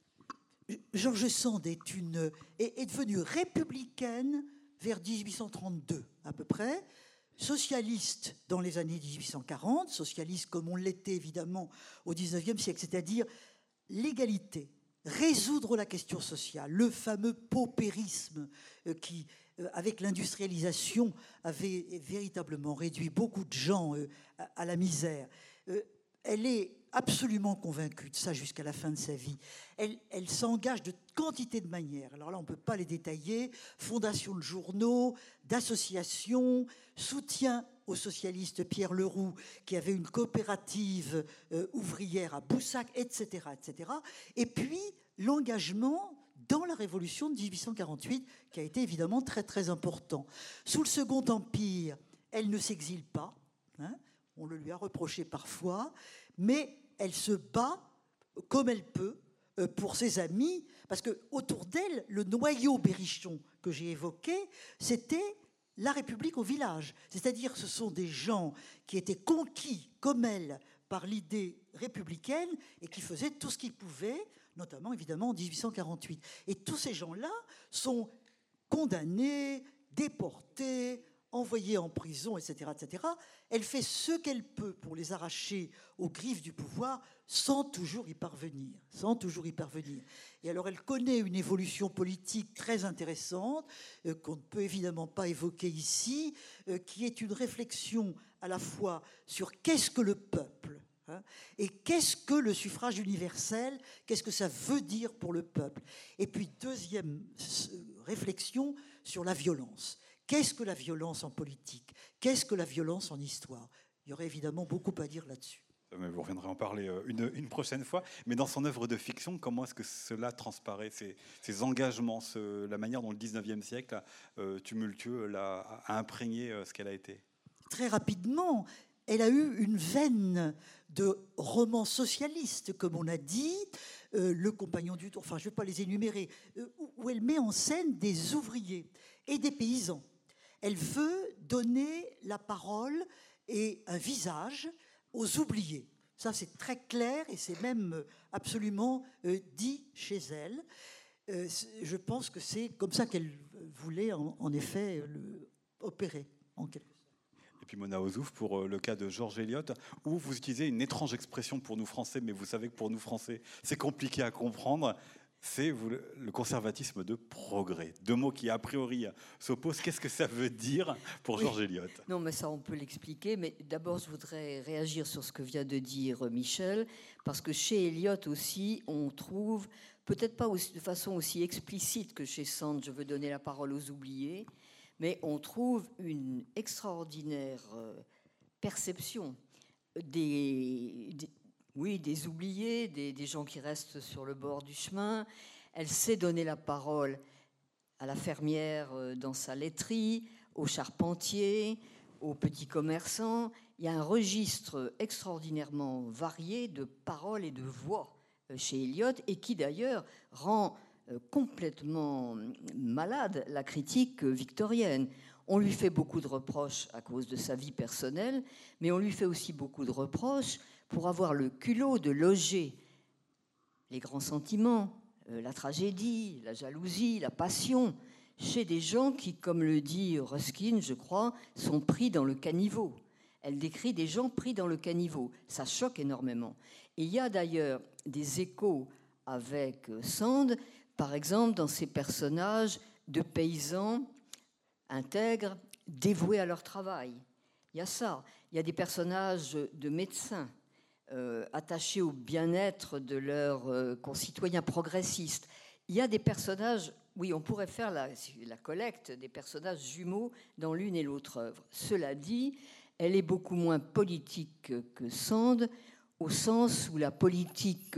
George Sand est devenue républicaine vers 1832 à peu près, socialiste dans les années 1840, socialiste comme on l'était évidemment au 19e siècle, c'est-à-dire l'égalité, résoudre la question sociale, le fameux paupérisme qui, avec l'industrialisation, avait véritablement réduit beaucoup de gens à la misère. Elle est absolument convaincue de ça jusqu'à la fin de sa vie. Elle s'engage de quantité de manières. Alors là, on ne peut pas les détailler. Fondation de journaux, d'associations, soutien au socialiste Pierre Leroux, qui avait une coopérative ouvrière à Boussac, etc., etc. Et puis, l'engagement dans la révolution de 1848, qui a été évidemment très, très important. Sous le Second Empire, elle ne s'exile pas, hein, on le lui a reproché parfois, mais elle se bat comme elle peut pour ses amis, parce qu'autour d'elle, le noyau berrichon que j'ai évoqué, c'était la République au village. C'est-à-dire ce sont des gens qui étaient conquis, comme elle, par l'idée républicaine et qui faisaient tout ce qu'ils pouvaient, notamment évidemment en 1848. Et tous ces gens-là sont condamnés, déportés, envoyée en prison, etc., etc. Elle fait ce qu'elle peut pour les arracher aux griffes du pouvoir sans toujours y parvenir. Et alors elle connaît une évolution politique très intéressante qu'on ne peut évidemment pas évoquer ici, qui est une réflexion à la fois sur qu'est-ce que le peuple, hein, et qu'est-ce que le suffrage universel, qu'est-ce que ça veut dire pour le peuple. Et puis deuxième réflexion sur la violence. Qu'est-ce que la violence en politique ? Qu'est-ce que la violence en histoire ? Il y aurait évidemment beaucoup à dire là-dessus. Mais vous reviendrez en parler une prochaine fois. Mais dans son œuvre de fiction, comment est-ce que cela transparaît, ces engagements, la manière dont le 19e siècle tumultueux a imprégné ce qu'elle a été ? Très rapidement, elle a eu une veine de roman socialiste, comme on a dit, Le Compagnon du Tour, enfin je ne vais pas les énumérer, où elle met en scène des ouvriers et des paysans. Elle veut donner la parole et un visage aux oubliés. Ça, c'est très clair et c'est même absolument dit chez elle. Je pense que c'est comme ça qu'elle voulait, en effet, opérer, en quelque sorte. Et puis Mona Ozouf, pour le cas de George Eliot, où vous utilisez une étrange expression pour nous Français, mais vous savez que pour nous Français, c'est compliqué à comprendre. C'est le conservatisme de progrès. Deux mots qui, a priori, s'opposent. Qu'est-ce que ça veut dire pour George Eliot ? Non, mais ça, on peut l'expliquer. Mais d'abord, je voudrais réagir sur ce que vient de dire Michel, parce que chez Eliot aussi, on trouve, peut-être pas de façon aussi explicite que chez Sand, je veux donner la parole aux oubliés, mais on trouve une extraordinaire perception des oubliés, des gens qui restent sur le bord du chemin. Elle sait donner la parole à la fermière dans sa laiterie, au charpentier, aux petits commerçants. Il y a un registre extraordinairement varié de paroles et de voix chez Eliot, et qui d'ailleurs rend complètement malade la critique victorienne. On lui fait beaucoup de reproches à cause de sa vie personnelle, mais on lui fait aussi beaucoup de reproches pour avoir le culot de loger les grands sentiments, la tragédie, la jalousie, la passion, chez des gens qui, comme le dit Ruskin, je crois, sont pris dans le caniveau. Elle décrit des gens pris dans le caniveau. Ça choque énormément. Et il y a d'ailleurs des échos avec Sand, par exemple dans ces personnages de paysans intègres, dévoués à leur travail. Il y a ça. Il y a des personnages de médecins attachés au bien-être de leurs concitoyens progressistes. Il y a des personnages, oui, on pourrait faire la collecte des personnages jumeaux dans l'une et l'autre œuvre. Cela dit, elle est beaucoup moins politique que Sand, au sens où la politique,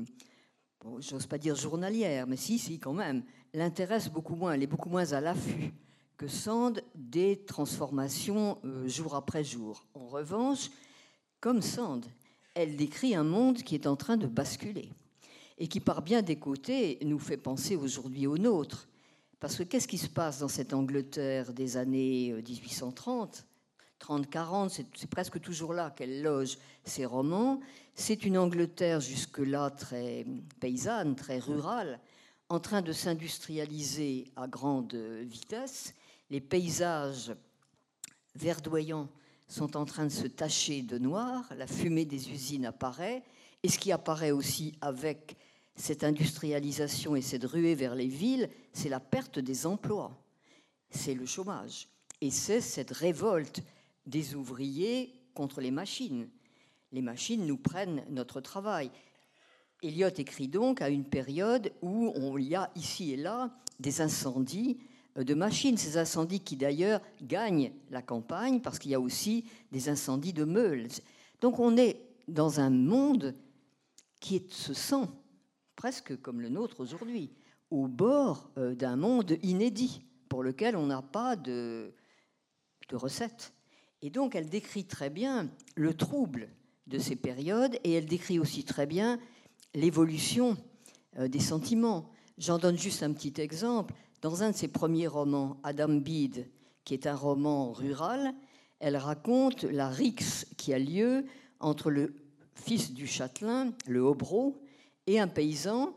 j'ose pas dire journalière, mais si, quand même, l'intéresse beaucoup moins. Elle est beaucoup moins à l'affût que Sand des transformations jour après jour. En revanche, comme Sand, elle décrit un monde qui est en train de basculer et qui, par bien des côtés, nous fait penser aujourd'hui au nôtre. Parce que qu'est-ce qui se passe dans cette Angleterre des années 1830 30-40, c'est presque toujours là qu'elle loge ses romans. C'est une Angleterre jusque-là très paysanne, très rurale, en train de s'industrialiser à grande vitesse. Les paysages verdoyants sont en train de se tacher de noir, la fumée des usines apparaît, et ce qui apparaît aussi avec cette industrialisation et cette ruée vers les villes, c'est la perte des emplois, c'est le chômage, et c'est cette révolte des ouvriers contre les machines. Les machines nous prennent notre travail. Eliot écrit donc à une période où il y a ici et là des incendies de machines, ces incendies qui d'ailleurs gagnent la campagne parce qu'il y a aussi des incendies de meules. Donc on est dans un monde qui se sent presque comme le nôtre aujourd'hui, au bord d'un monde inédit pour lequel on n'a pas de recettes. Et donc elle décrit très bien le trouble de ces périodes et elle décrit aussi très bien l'évolution des sentiments. J'en donne juste un petit exemple. Dans un de ses premiers romans, Adam Bede, qui est un roman rural, elle raconte la rixe qui a lieu entre le fils du châtelain, le hobereau, et un paysan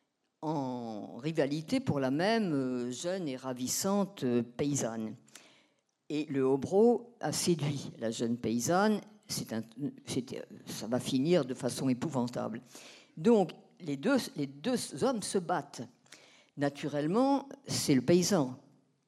en rivalité pour la même jeune et ravissante paysanne. Et le hobereau a séduit la jeune paysanne. Ça va finir de façon épouvantable. Donc, les deux hommes se battent. Naturellement, c'est le paysan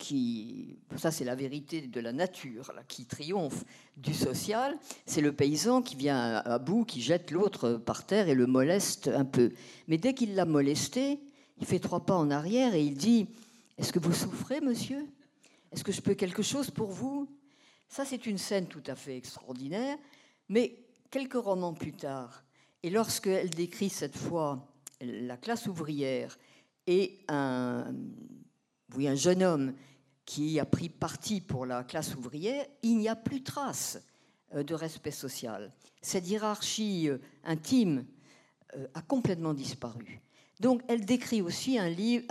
ça c'est la vérité de la nature, là, qui triomphe du social. C'est le paysan qui vient à bout, qui jette l'autre par terre et le moleste un peu. Mais dès qu'il l'a molesté, il fait 3 pas en arrière et il dit « Est-ce que vous souffrez, monsieur ? Est-ce que je peux quelque chose pour vous ?» Ça, c'est une scène tout à fait extraordinaire. Mais quelques romans plus tard, et lorsqu'elle décrit cette fois la classe ouvrière et un jeune homme qui a pris parti pour la classe ouvrière, il n'y a plus trace de respect social. Cette hiérarchie intime a complètement disparu. Donc, elle décrit aussi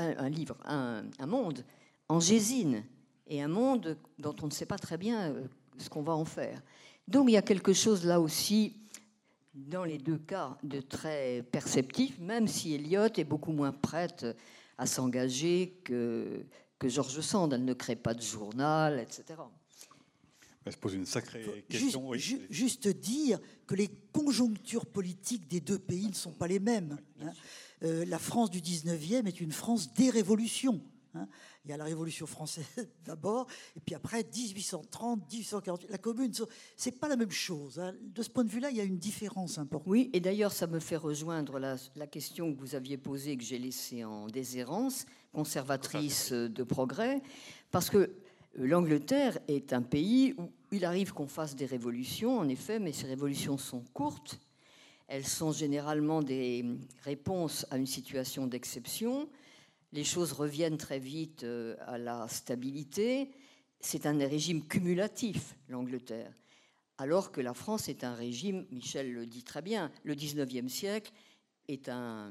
un monde en gésine, et un monde dont on ne sait pas très bien ce qu'on va en faire. Donc, il y a quelque chose là aussi, dans les deux cas, de très perceptif, même si Eliot est beaucoup moins prête à s'engager que George Sand. Elle ne crée pas de journal, etc. Elle se pose une sacrée question. Juste dire que les conjonctures politiques des deux pays ne sont pas les mêmes. Hein. La France du 19e est une France des révolutions. Hein. Il y a la Révolution française d'abord, et puis après 1830, 1848, la Commune, c'est pas la même chose. Hein. De ce point de vue-là, il y a une différence importante. Oui, et d'ailleurs, ça me fait rejoindre la question que vous aviez posée, que j'ai laissée en déshérence, conservatrice de progrès, parce que l'Angleterre est un pays où il arrive qu'on fasse des révolutions, en effet, mais ces révolutions sont courtes. Elles sont généralement des réponses à une situation d'exception. les choses reviennent très vite à la stabilité. C'est un régime cumulatif, l'Angleterre, alors que la France est un régime, Michel le dit très bien, le 19e siècle est un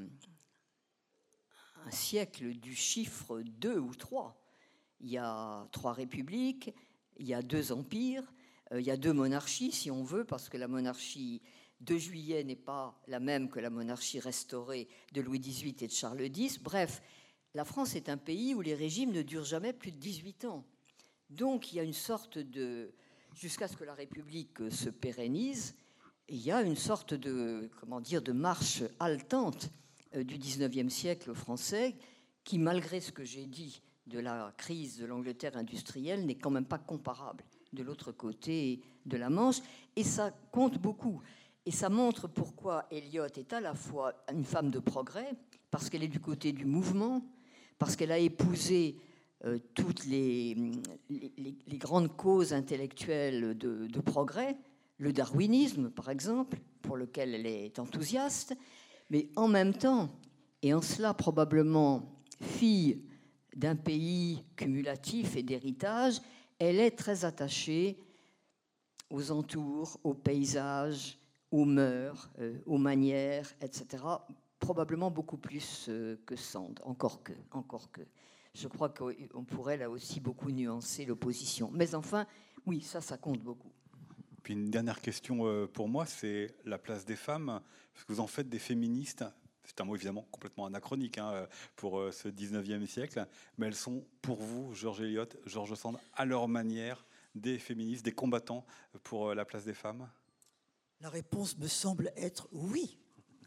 siècle du chiffre 2 ou 3. Il y a 3 républiques, il y a 2 empires, il y a 2 monarchies, si on veut, parce que la monarchie de Juillet n'est pas la même que la monarchie restaurée de Louis XVIII et de Charles X. Bref, la France est un pays où les régimes ne durent jamais plus de 18 ans. Donc, il y a une sorte de... Jusqu'à ce que la République se pérennise, il y a une sorte de, de marche haletante du XIXe siècle français qui, malgré ce que j'ai dit de la crise de l'Angleterre industrielle, n'est quand même pas comparable de l'autre côté de la Manche. Et ça compte beaucoup. Et ça montre pourquoi Eliot est à la fois une femme de progrès, parce qu'elle est du côté du mouvement, parce qu'elle a épousé toutes les grandes causes intellectuelles de progrès, le darwinisme par exemple, pour lequel elle est enthousiaste, mais en même temps, et en cela probablement fille d'un pays cumulatif et d'héritage, elle est très attachée aux entours, aux paysages, aux mœurs, aux manières, etc., probablement beaucoup plus que Sand, encore que. Je crois qu'on pourrait là aussi beaucoup nuancer l'opposition. Mais enfin, oui, ça compte beaucoup. Puis une dernière question pour moi, c'est la place des femmes, parce que vous en faites des féministes. C'est un mot évidemment complètement anachronique pour ce 19e siècle, mais elles sont pour vous, George Eliot, George Sand, à leur manière, des féministes, des combattants pour la place des femmes? La réponse me semble être oui.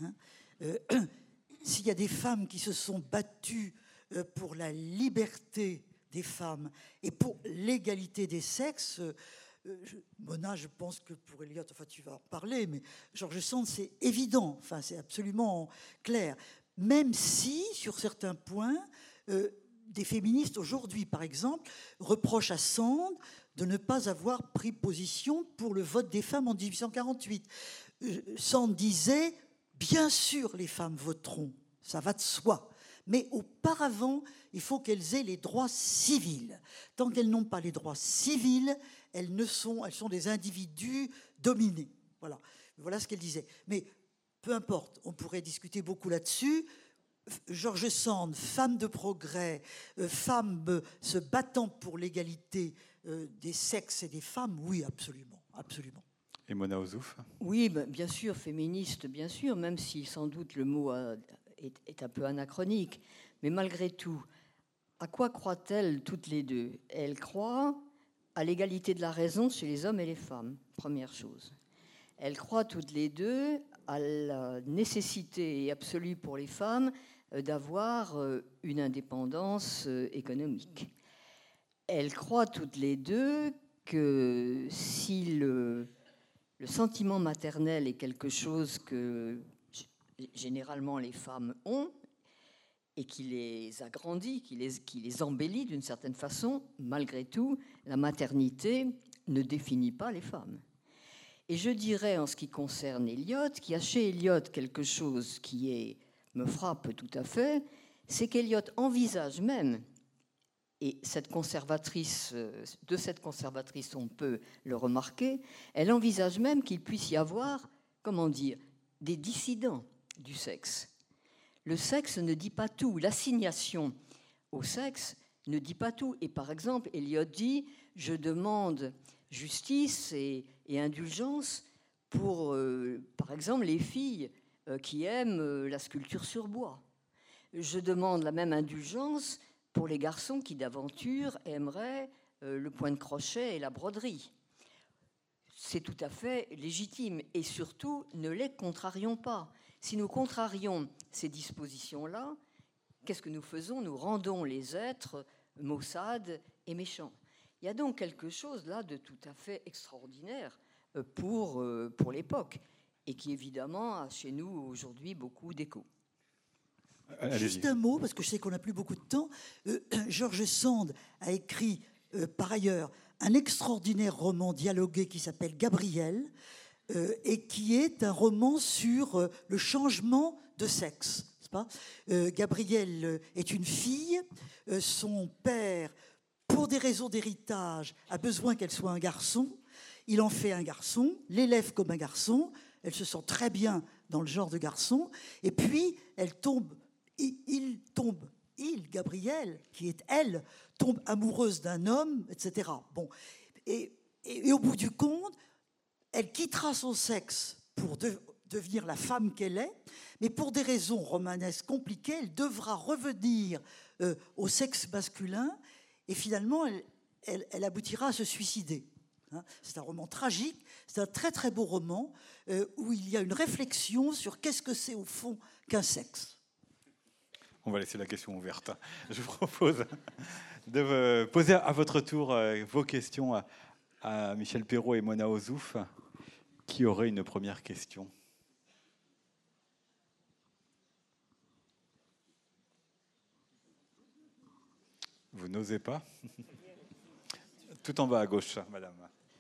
S'il y a des femmes qui se sont battues pour la liberté des femmes et pour l'égalité des sexes, Mona, je pense que pour Eliot, enfin tu vas en parler, mais George Sand, c'est évident, enfin c'est absolument clair. Même si, sur certains points, des féministes aujourd'hui, par exemple, reprochent à Sand de ne pas avoir pris position pour le vote des femmes en 1848. Sand disait, bien sûr les femmes voteront, ça va de soi. Mais auparavant, il faut qu'elles aient les droits civils. Tant qu'elles n'ont pas les droits civils, elles sont des individus dominés. Voilà ce qu'elle disait. Mais peu importe, on pourrait discuter beaucoup là-dessus. George Sand, femme de progrès, femme se battant pour l'égalité des sexes et des femmes, oui, absolument, absolument. Et Mona Ozouf? Oui, bien sûr, féministe, bien sûr, même si sans doute le mot est un peu anachronique. Mais malgré tout, à quoi croient-elles toutes les deux? Elles croient à l'égalité de la raison chez les hommes et les femmes, première chose. Elles croient toutes les deux à la nécessité absolue pour les femmes d'avoir une indépendance économique. Elles croient toutes les deux que si le sentiment maternel est quelque chose que généralement les femmes ont et qui les agrandit, qui les embellit d'une certaine façon, malgré tout, la maternité ne définit pas les femmes. Et je dirais, en ce qui concerne Eliot, qu'il y a chez Eliot quelque chose qui me frappe tout à fait, c'est qu'Eliot envisage même, et de cette conservatrice, on peut le remarquer, elle envisage même qu'il puisse y avoir, des dissidents du sexe. Le sexe ne dit pas tout. L'assignation au sexe ne dit pas tout. Et par exemple, Eliot dit « Je demande justice et indulgence pour, par exemple, les filles qui aiment la sculpture sur bois. Je demande la même indulgence pour les garçons qui, d'aventure, aimeraient le point de crochet et la broderie. » C'est tout à fait légitime. Et surtout, ne les contrarions pas. Si nous contrarions ces dispositions-là, qu'est-ce que nous faisons? Nous rendons les êtres maussades et méchants. Il y a donc quelque chose là de tout à fait extraordinaire pour l'époque et qui évidemment a chez nous aujourd'hui beaucoup d'écho. Juste un mot, parce que je sais qu'on n'a plus beaucoup de temps. George Sand a écrit par ailleurs un extraordinaire roman dialogué qui s'appelle Gabriel, et qui est un roman sur le changement de sexe. n'est-ce pas? Gabrielle est une fille. Son père, pour des raisons d'héritage, a besoin qu'elle soit un garçon. Il en fait un garçon, l'élève comme un garçon. Elle se sent très bien dans le genre de garçon. Et puis, Gabrielle, qui est elle, tombe amoureuse d'un homme, etc. Bon. Et au bout du compte, elle quittera son sexe pour devenir la femme qu'elle est, mais pour des raisons romanesques compliquées, elle devra revenir au sexe masculin, et finalement, elle aboutira à se suicider. C'est un roman tragique, c'est un très très beau roman où il y a une réflexion sur qu'est-ce que c'est au fond qu'un sexe. On va laisser la question ouverte. Je vous propose de poser à votre tour vos questions à Michel Perrault et Mona Ozouf. Qui aurait une première question? Vous n'osez pas? Tout en bas à gauche, madame.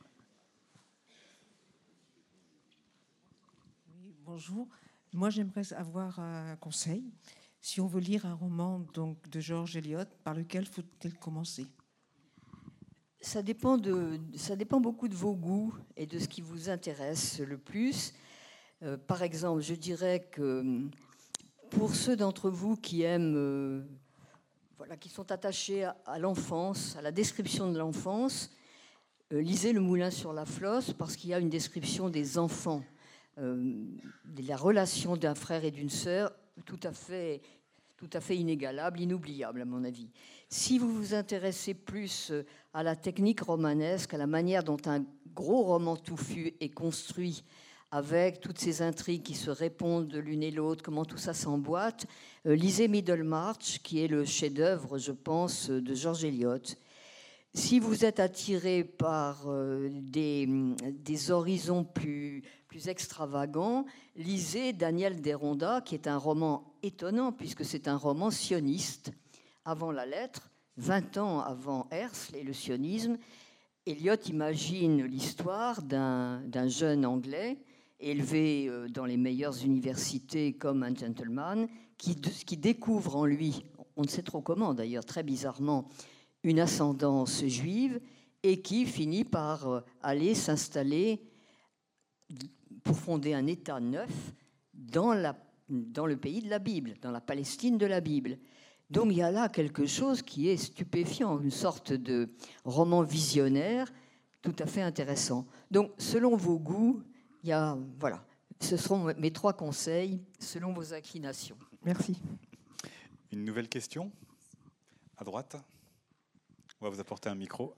Oui, bonjour. Moi, j'aimerais avoir un conseil. Si on veut lire un roman donc, de George Eliot, par lequel faut-il commencer? Ça dépend beaucoup de vos goûts et de ce qui vous intéresse le plus. Par exemple, je dirais que pour ceux d'entre vous qui aiment, qui sont attachés à l'enfance, à la description de l'enfance, lisez Le Moulin sur la Flosse, parce qu'il y a une description des enfants, de la relation d'un frère et d'une sœur tout à fait inégalable, inoubliable à mon avis. Si vous vous intéressez plus à la technique romanesque, à la manière dont un gros roman touffu est construit, avec toutes ces intrigues qui se répondent de l'une et l'autre, comment tout ça s'emboîte, lisez Middlemarch, qui est le chef-d'œuvre, je pense, de George Eliot. Si vous êtes attiré par des horizons plus extravagants, lisez Daniel Deronda, qui est un roman étonnant, puisque c'est un roman sioniste. Avant la lettre, 20 ans avant Herzl et le sionisme, Eliot imagine l'histoire d'un jeune Anglais élevé dans les meilleures universités comme un gentleman, qui découvre en lui, on ne sait trop comment d'ailleurs, très bizarrement, une ascendance juive, et qui finit par aller s'installer pour fonder un État neuf dans le pays de la Bible, dans la Palestine de la Bible. Donc il y a là quelque chose qui est stupéfiant, une sorte de roman visionnaire tout à fait intéressant. Donc selon vos goûts, voilà, ce seront mes 3 conseils selon vos inclinations. Merci. Une nouvelle question à droite. On va vous apporter un micro.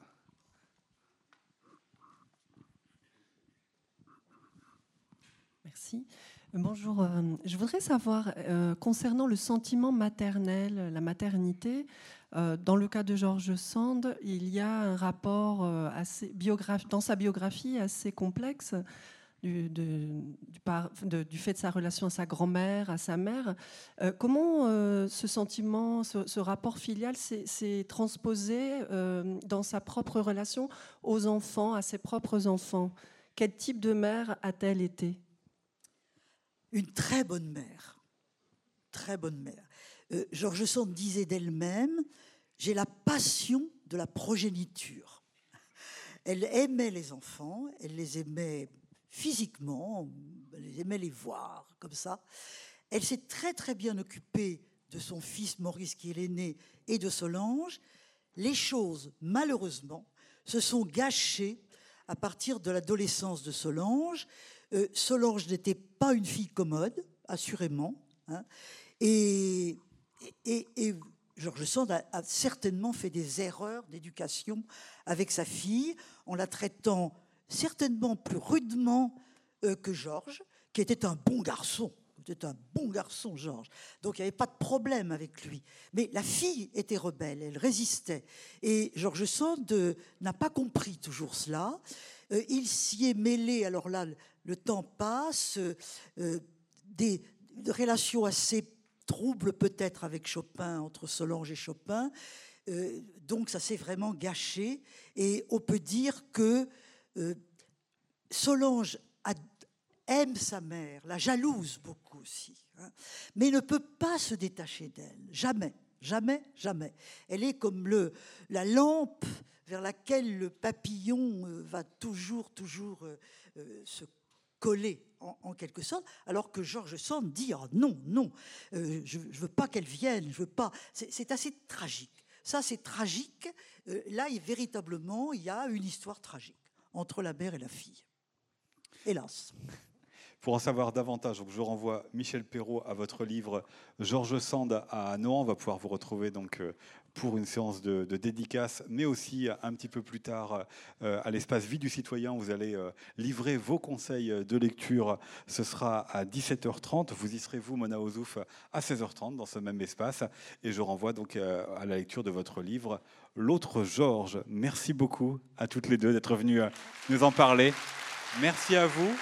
Merci. Bonjour. Je voudrais savoir, concernant le sentiment maternel, la maternité, dans le cas de George Sand, il y a un rapport dans sa biographie assez complexe du fait de sa relation à sa grand-mère, à sa mère. Comment ce sentiment, ce rapport filial s'est transposé dans sa propre relation aux enfants, à ses propres enfants? Quel type de mère a-t-elle été? Une très bonne mère. Très bonne mère. George Sand disait d'elle-même, j'ai la passion de la progéniture. Elle aimait les enfants, elle les aimait physiquement, elle aimait les voir comme ça. Elle s'est très très bien occupée de son fils Maurice, qui est l'aîné, et de Solange. Les choses, malheureusement, se sont gâchées à partir de l'adolescence de Solange. Solange n'était pas une fille commode, assurément, hein, et George Sand a certainement fait des erreurs d'éducation avec sa fille, en la traitant certainement plus rudement que Georges, qui était un bon garçon. C'était un bon garçon, Georges. Donc il n'y avait pas de problème avec lui. Mais la fille était rebelle, elle résistait. Et George Sand n'a pas compris toujours cela. Il s'y est mêlé, alors là, le temps passe, des relations assez troubles peut-être avec Chopin, entre Solange et Chopin. Donc ça s'est vraiment gâché. Et on peut dire que Solange aime sa mère, la jalouse beaucoup aussi, hein, mais ne peut pas se détacher d'elle, jamais, jamais, jamais. Elle est comme la lampe vers laquelle le papillon va toujours se coller en quelque sorte, alors que George Sand dit oh, non, non, je ne veux pas qu'elle vienne, je veux pas. C'est assez tragique. Ça, c'est tragique. Là, véritablement, il y a une histoire tragique entre la mère et la fille. Hélas. Pour en savoir davantage, donc je renvoie Michel Perrault à votre livre George Sand à Nohant. On va pouvoir vous retrouver donc pour une séance de dédicace, mais aussi un petit peu plus tard à l'espace Vie du Citoyen. Vous allez livrer vos conseils de lecture. Ce sera à 17h30. Vous y serez, vous, Mona Ozouf, à 16h30 dans ce même espace. Et je renvoie donc à la lecture de votre livre L'autre Georges. Merci beaucoup à toutes les deux d'être venues nous en parler. Merci à vous.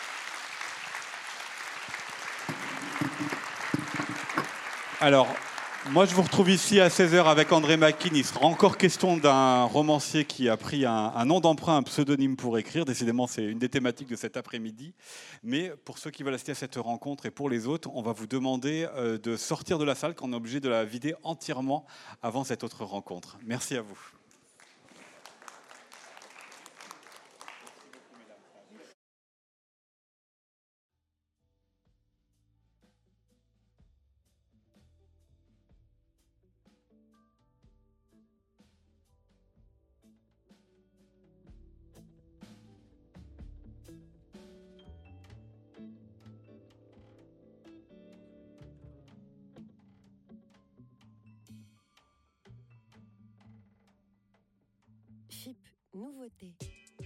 Alors, moi, je vous retrouve ici à 16h avec André Makin. Il sera encore question d'un romancier qui a pris un nom d'emprunt, un pseudonyme pour écrire. Décidément, c'est une des thématiques de cet après-midi. Mais pour ceux qui veulent assister à cette rencontre et pour les autres, on va vous demander de sortir de la salle, qu'on est obligé de la vider entièrement avant cette autre rencontre. Merci à vous. FIP Nouveauté.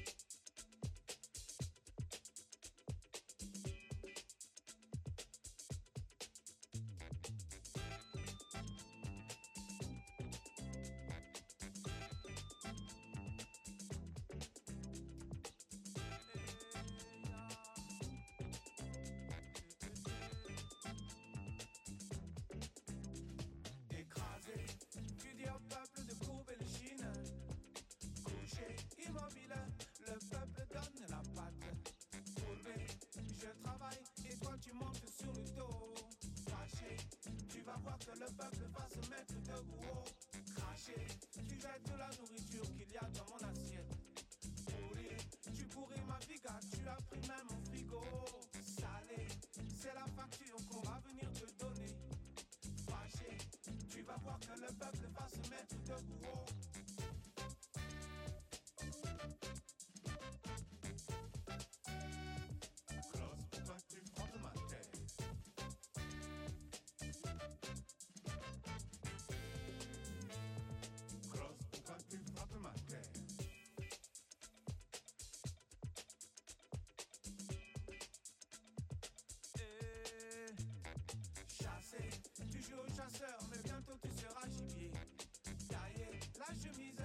Le peuple va se mettre debout, cracher. Tu jettes de la nourriture qu'il y a dans mon assiette. Pourrir, tu pourris ma vie car tu as pris même mon frigo. Salé, c'est la facture qu'on va venir te donner. Fâché, tu vas voir que le peuple va se mettre debout. Tu joues au chasseur, mais bientôt tu seras gibier. Taillé, la chemise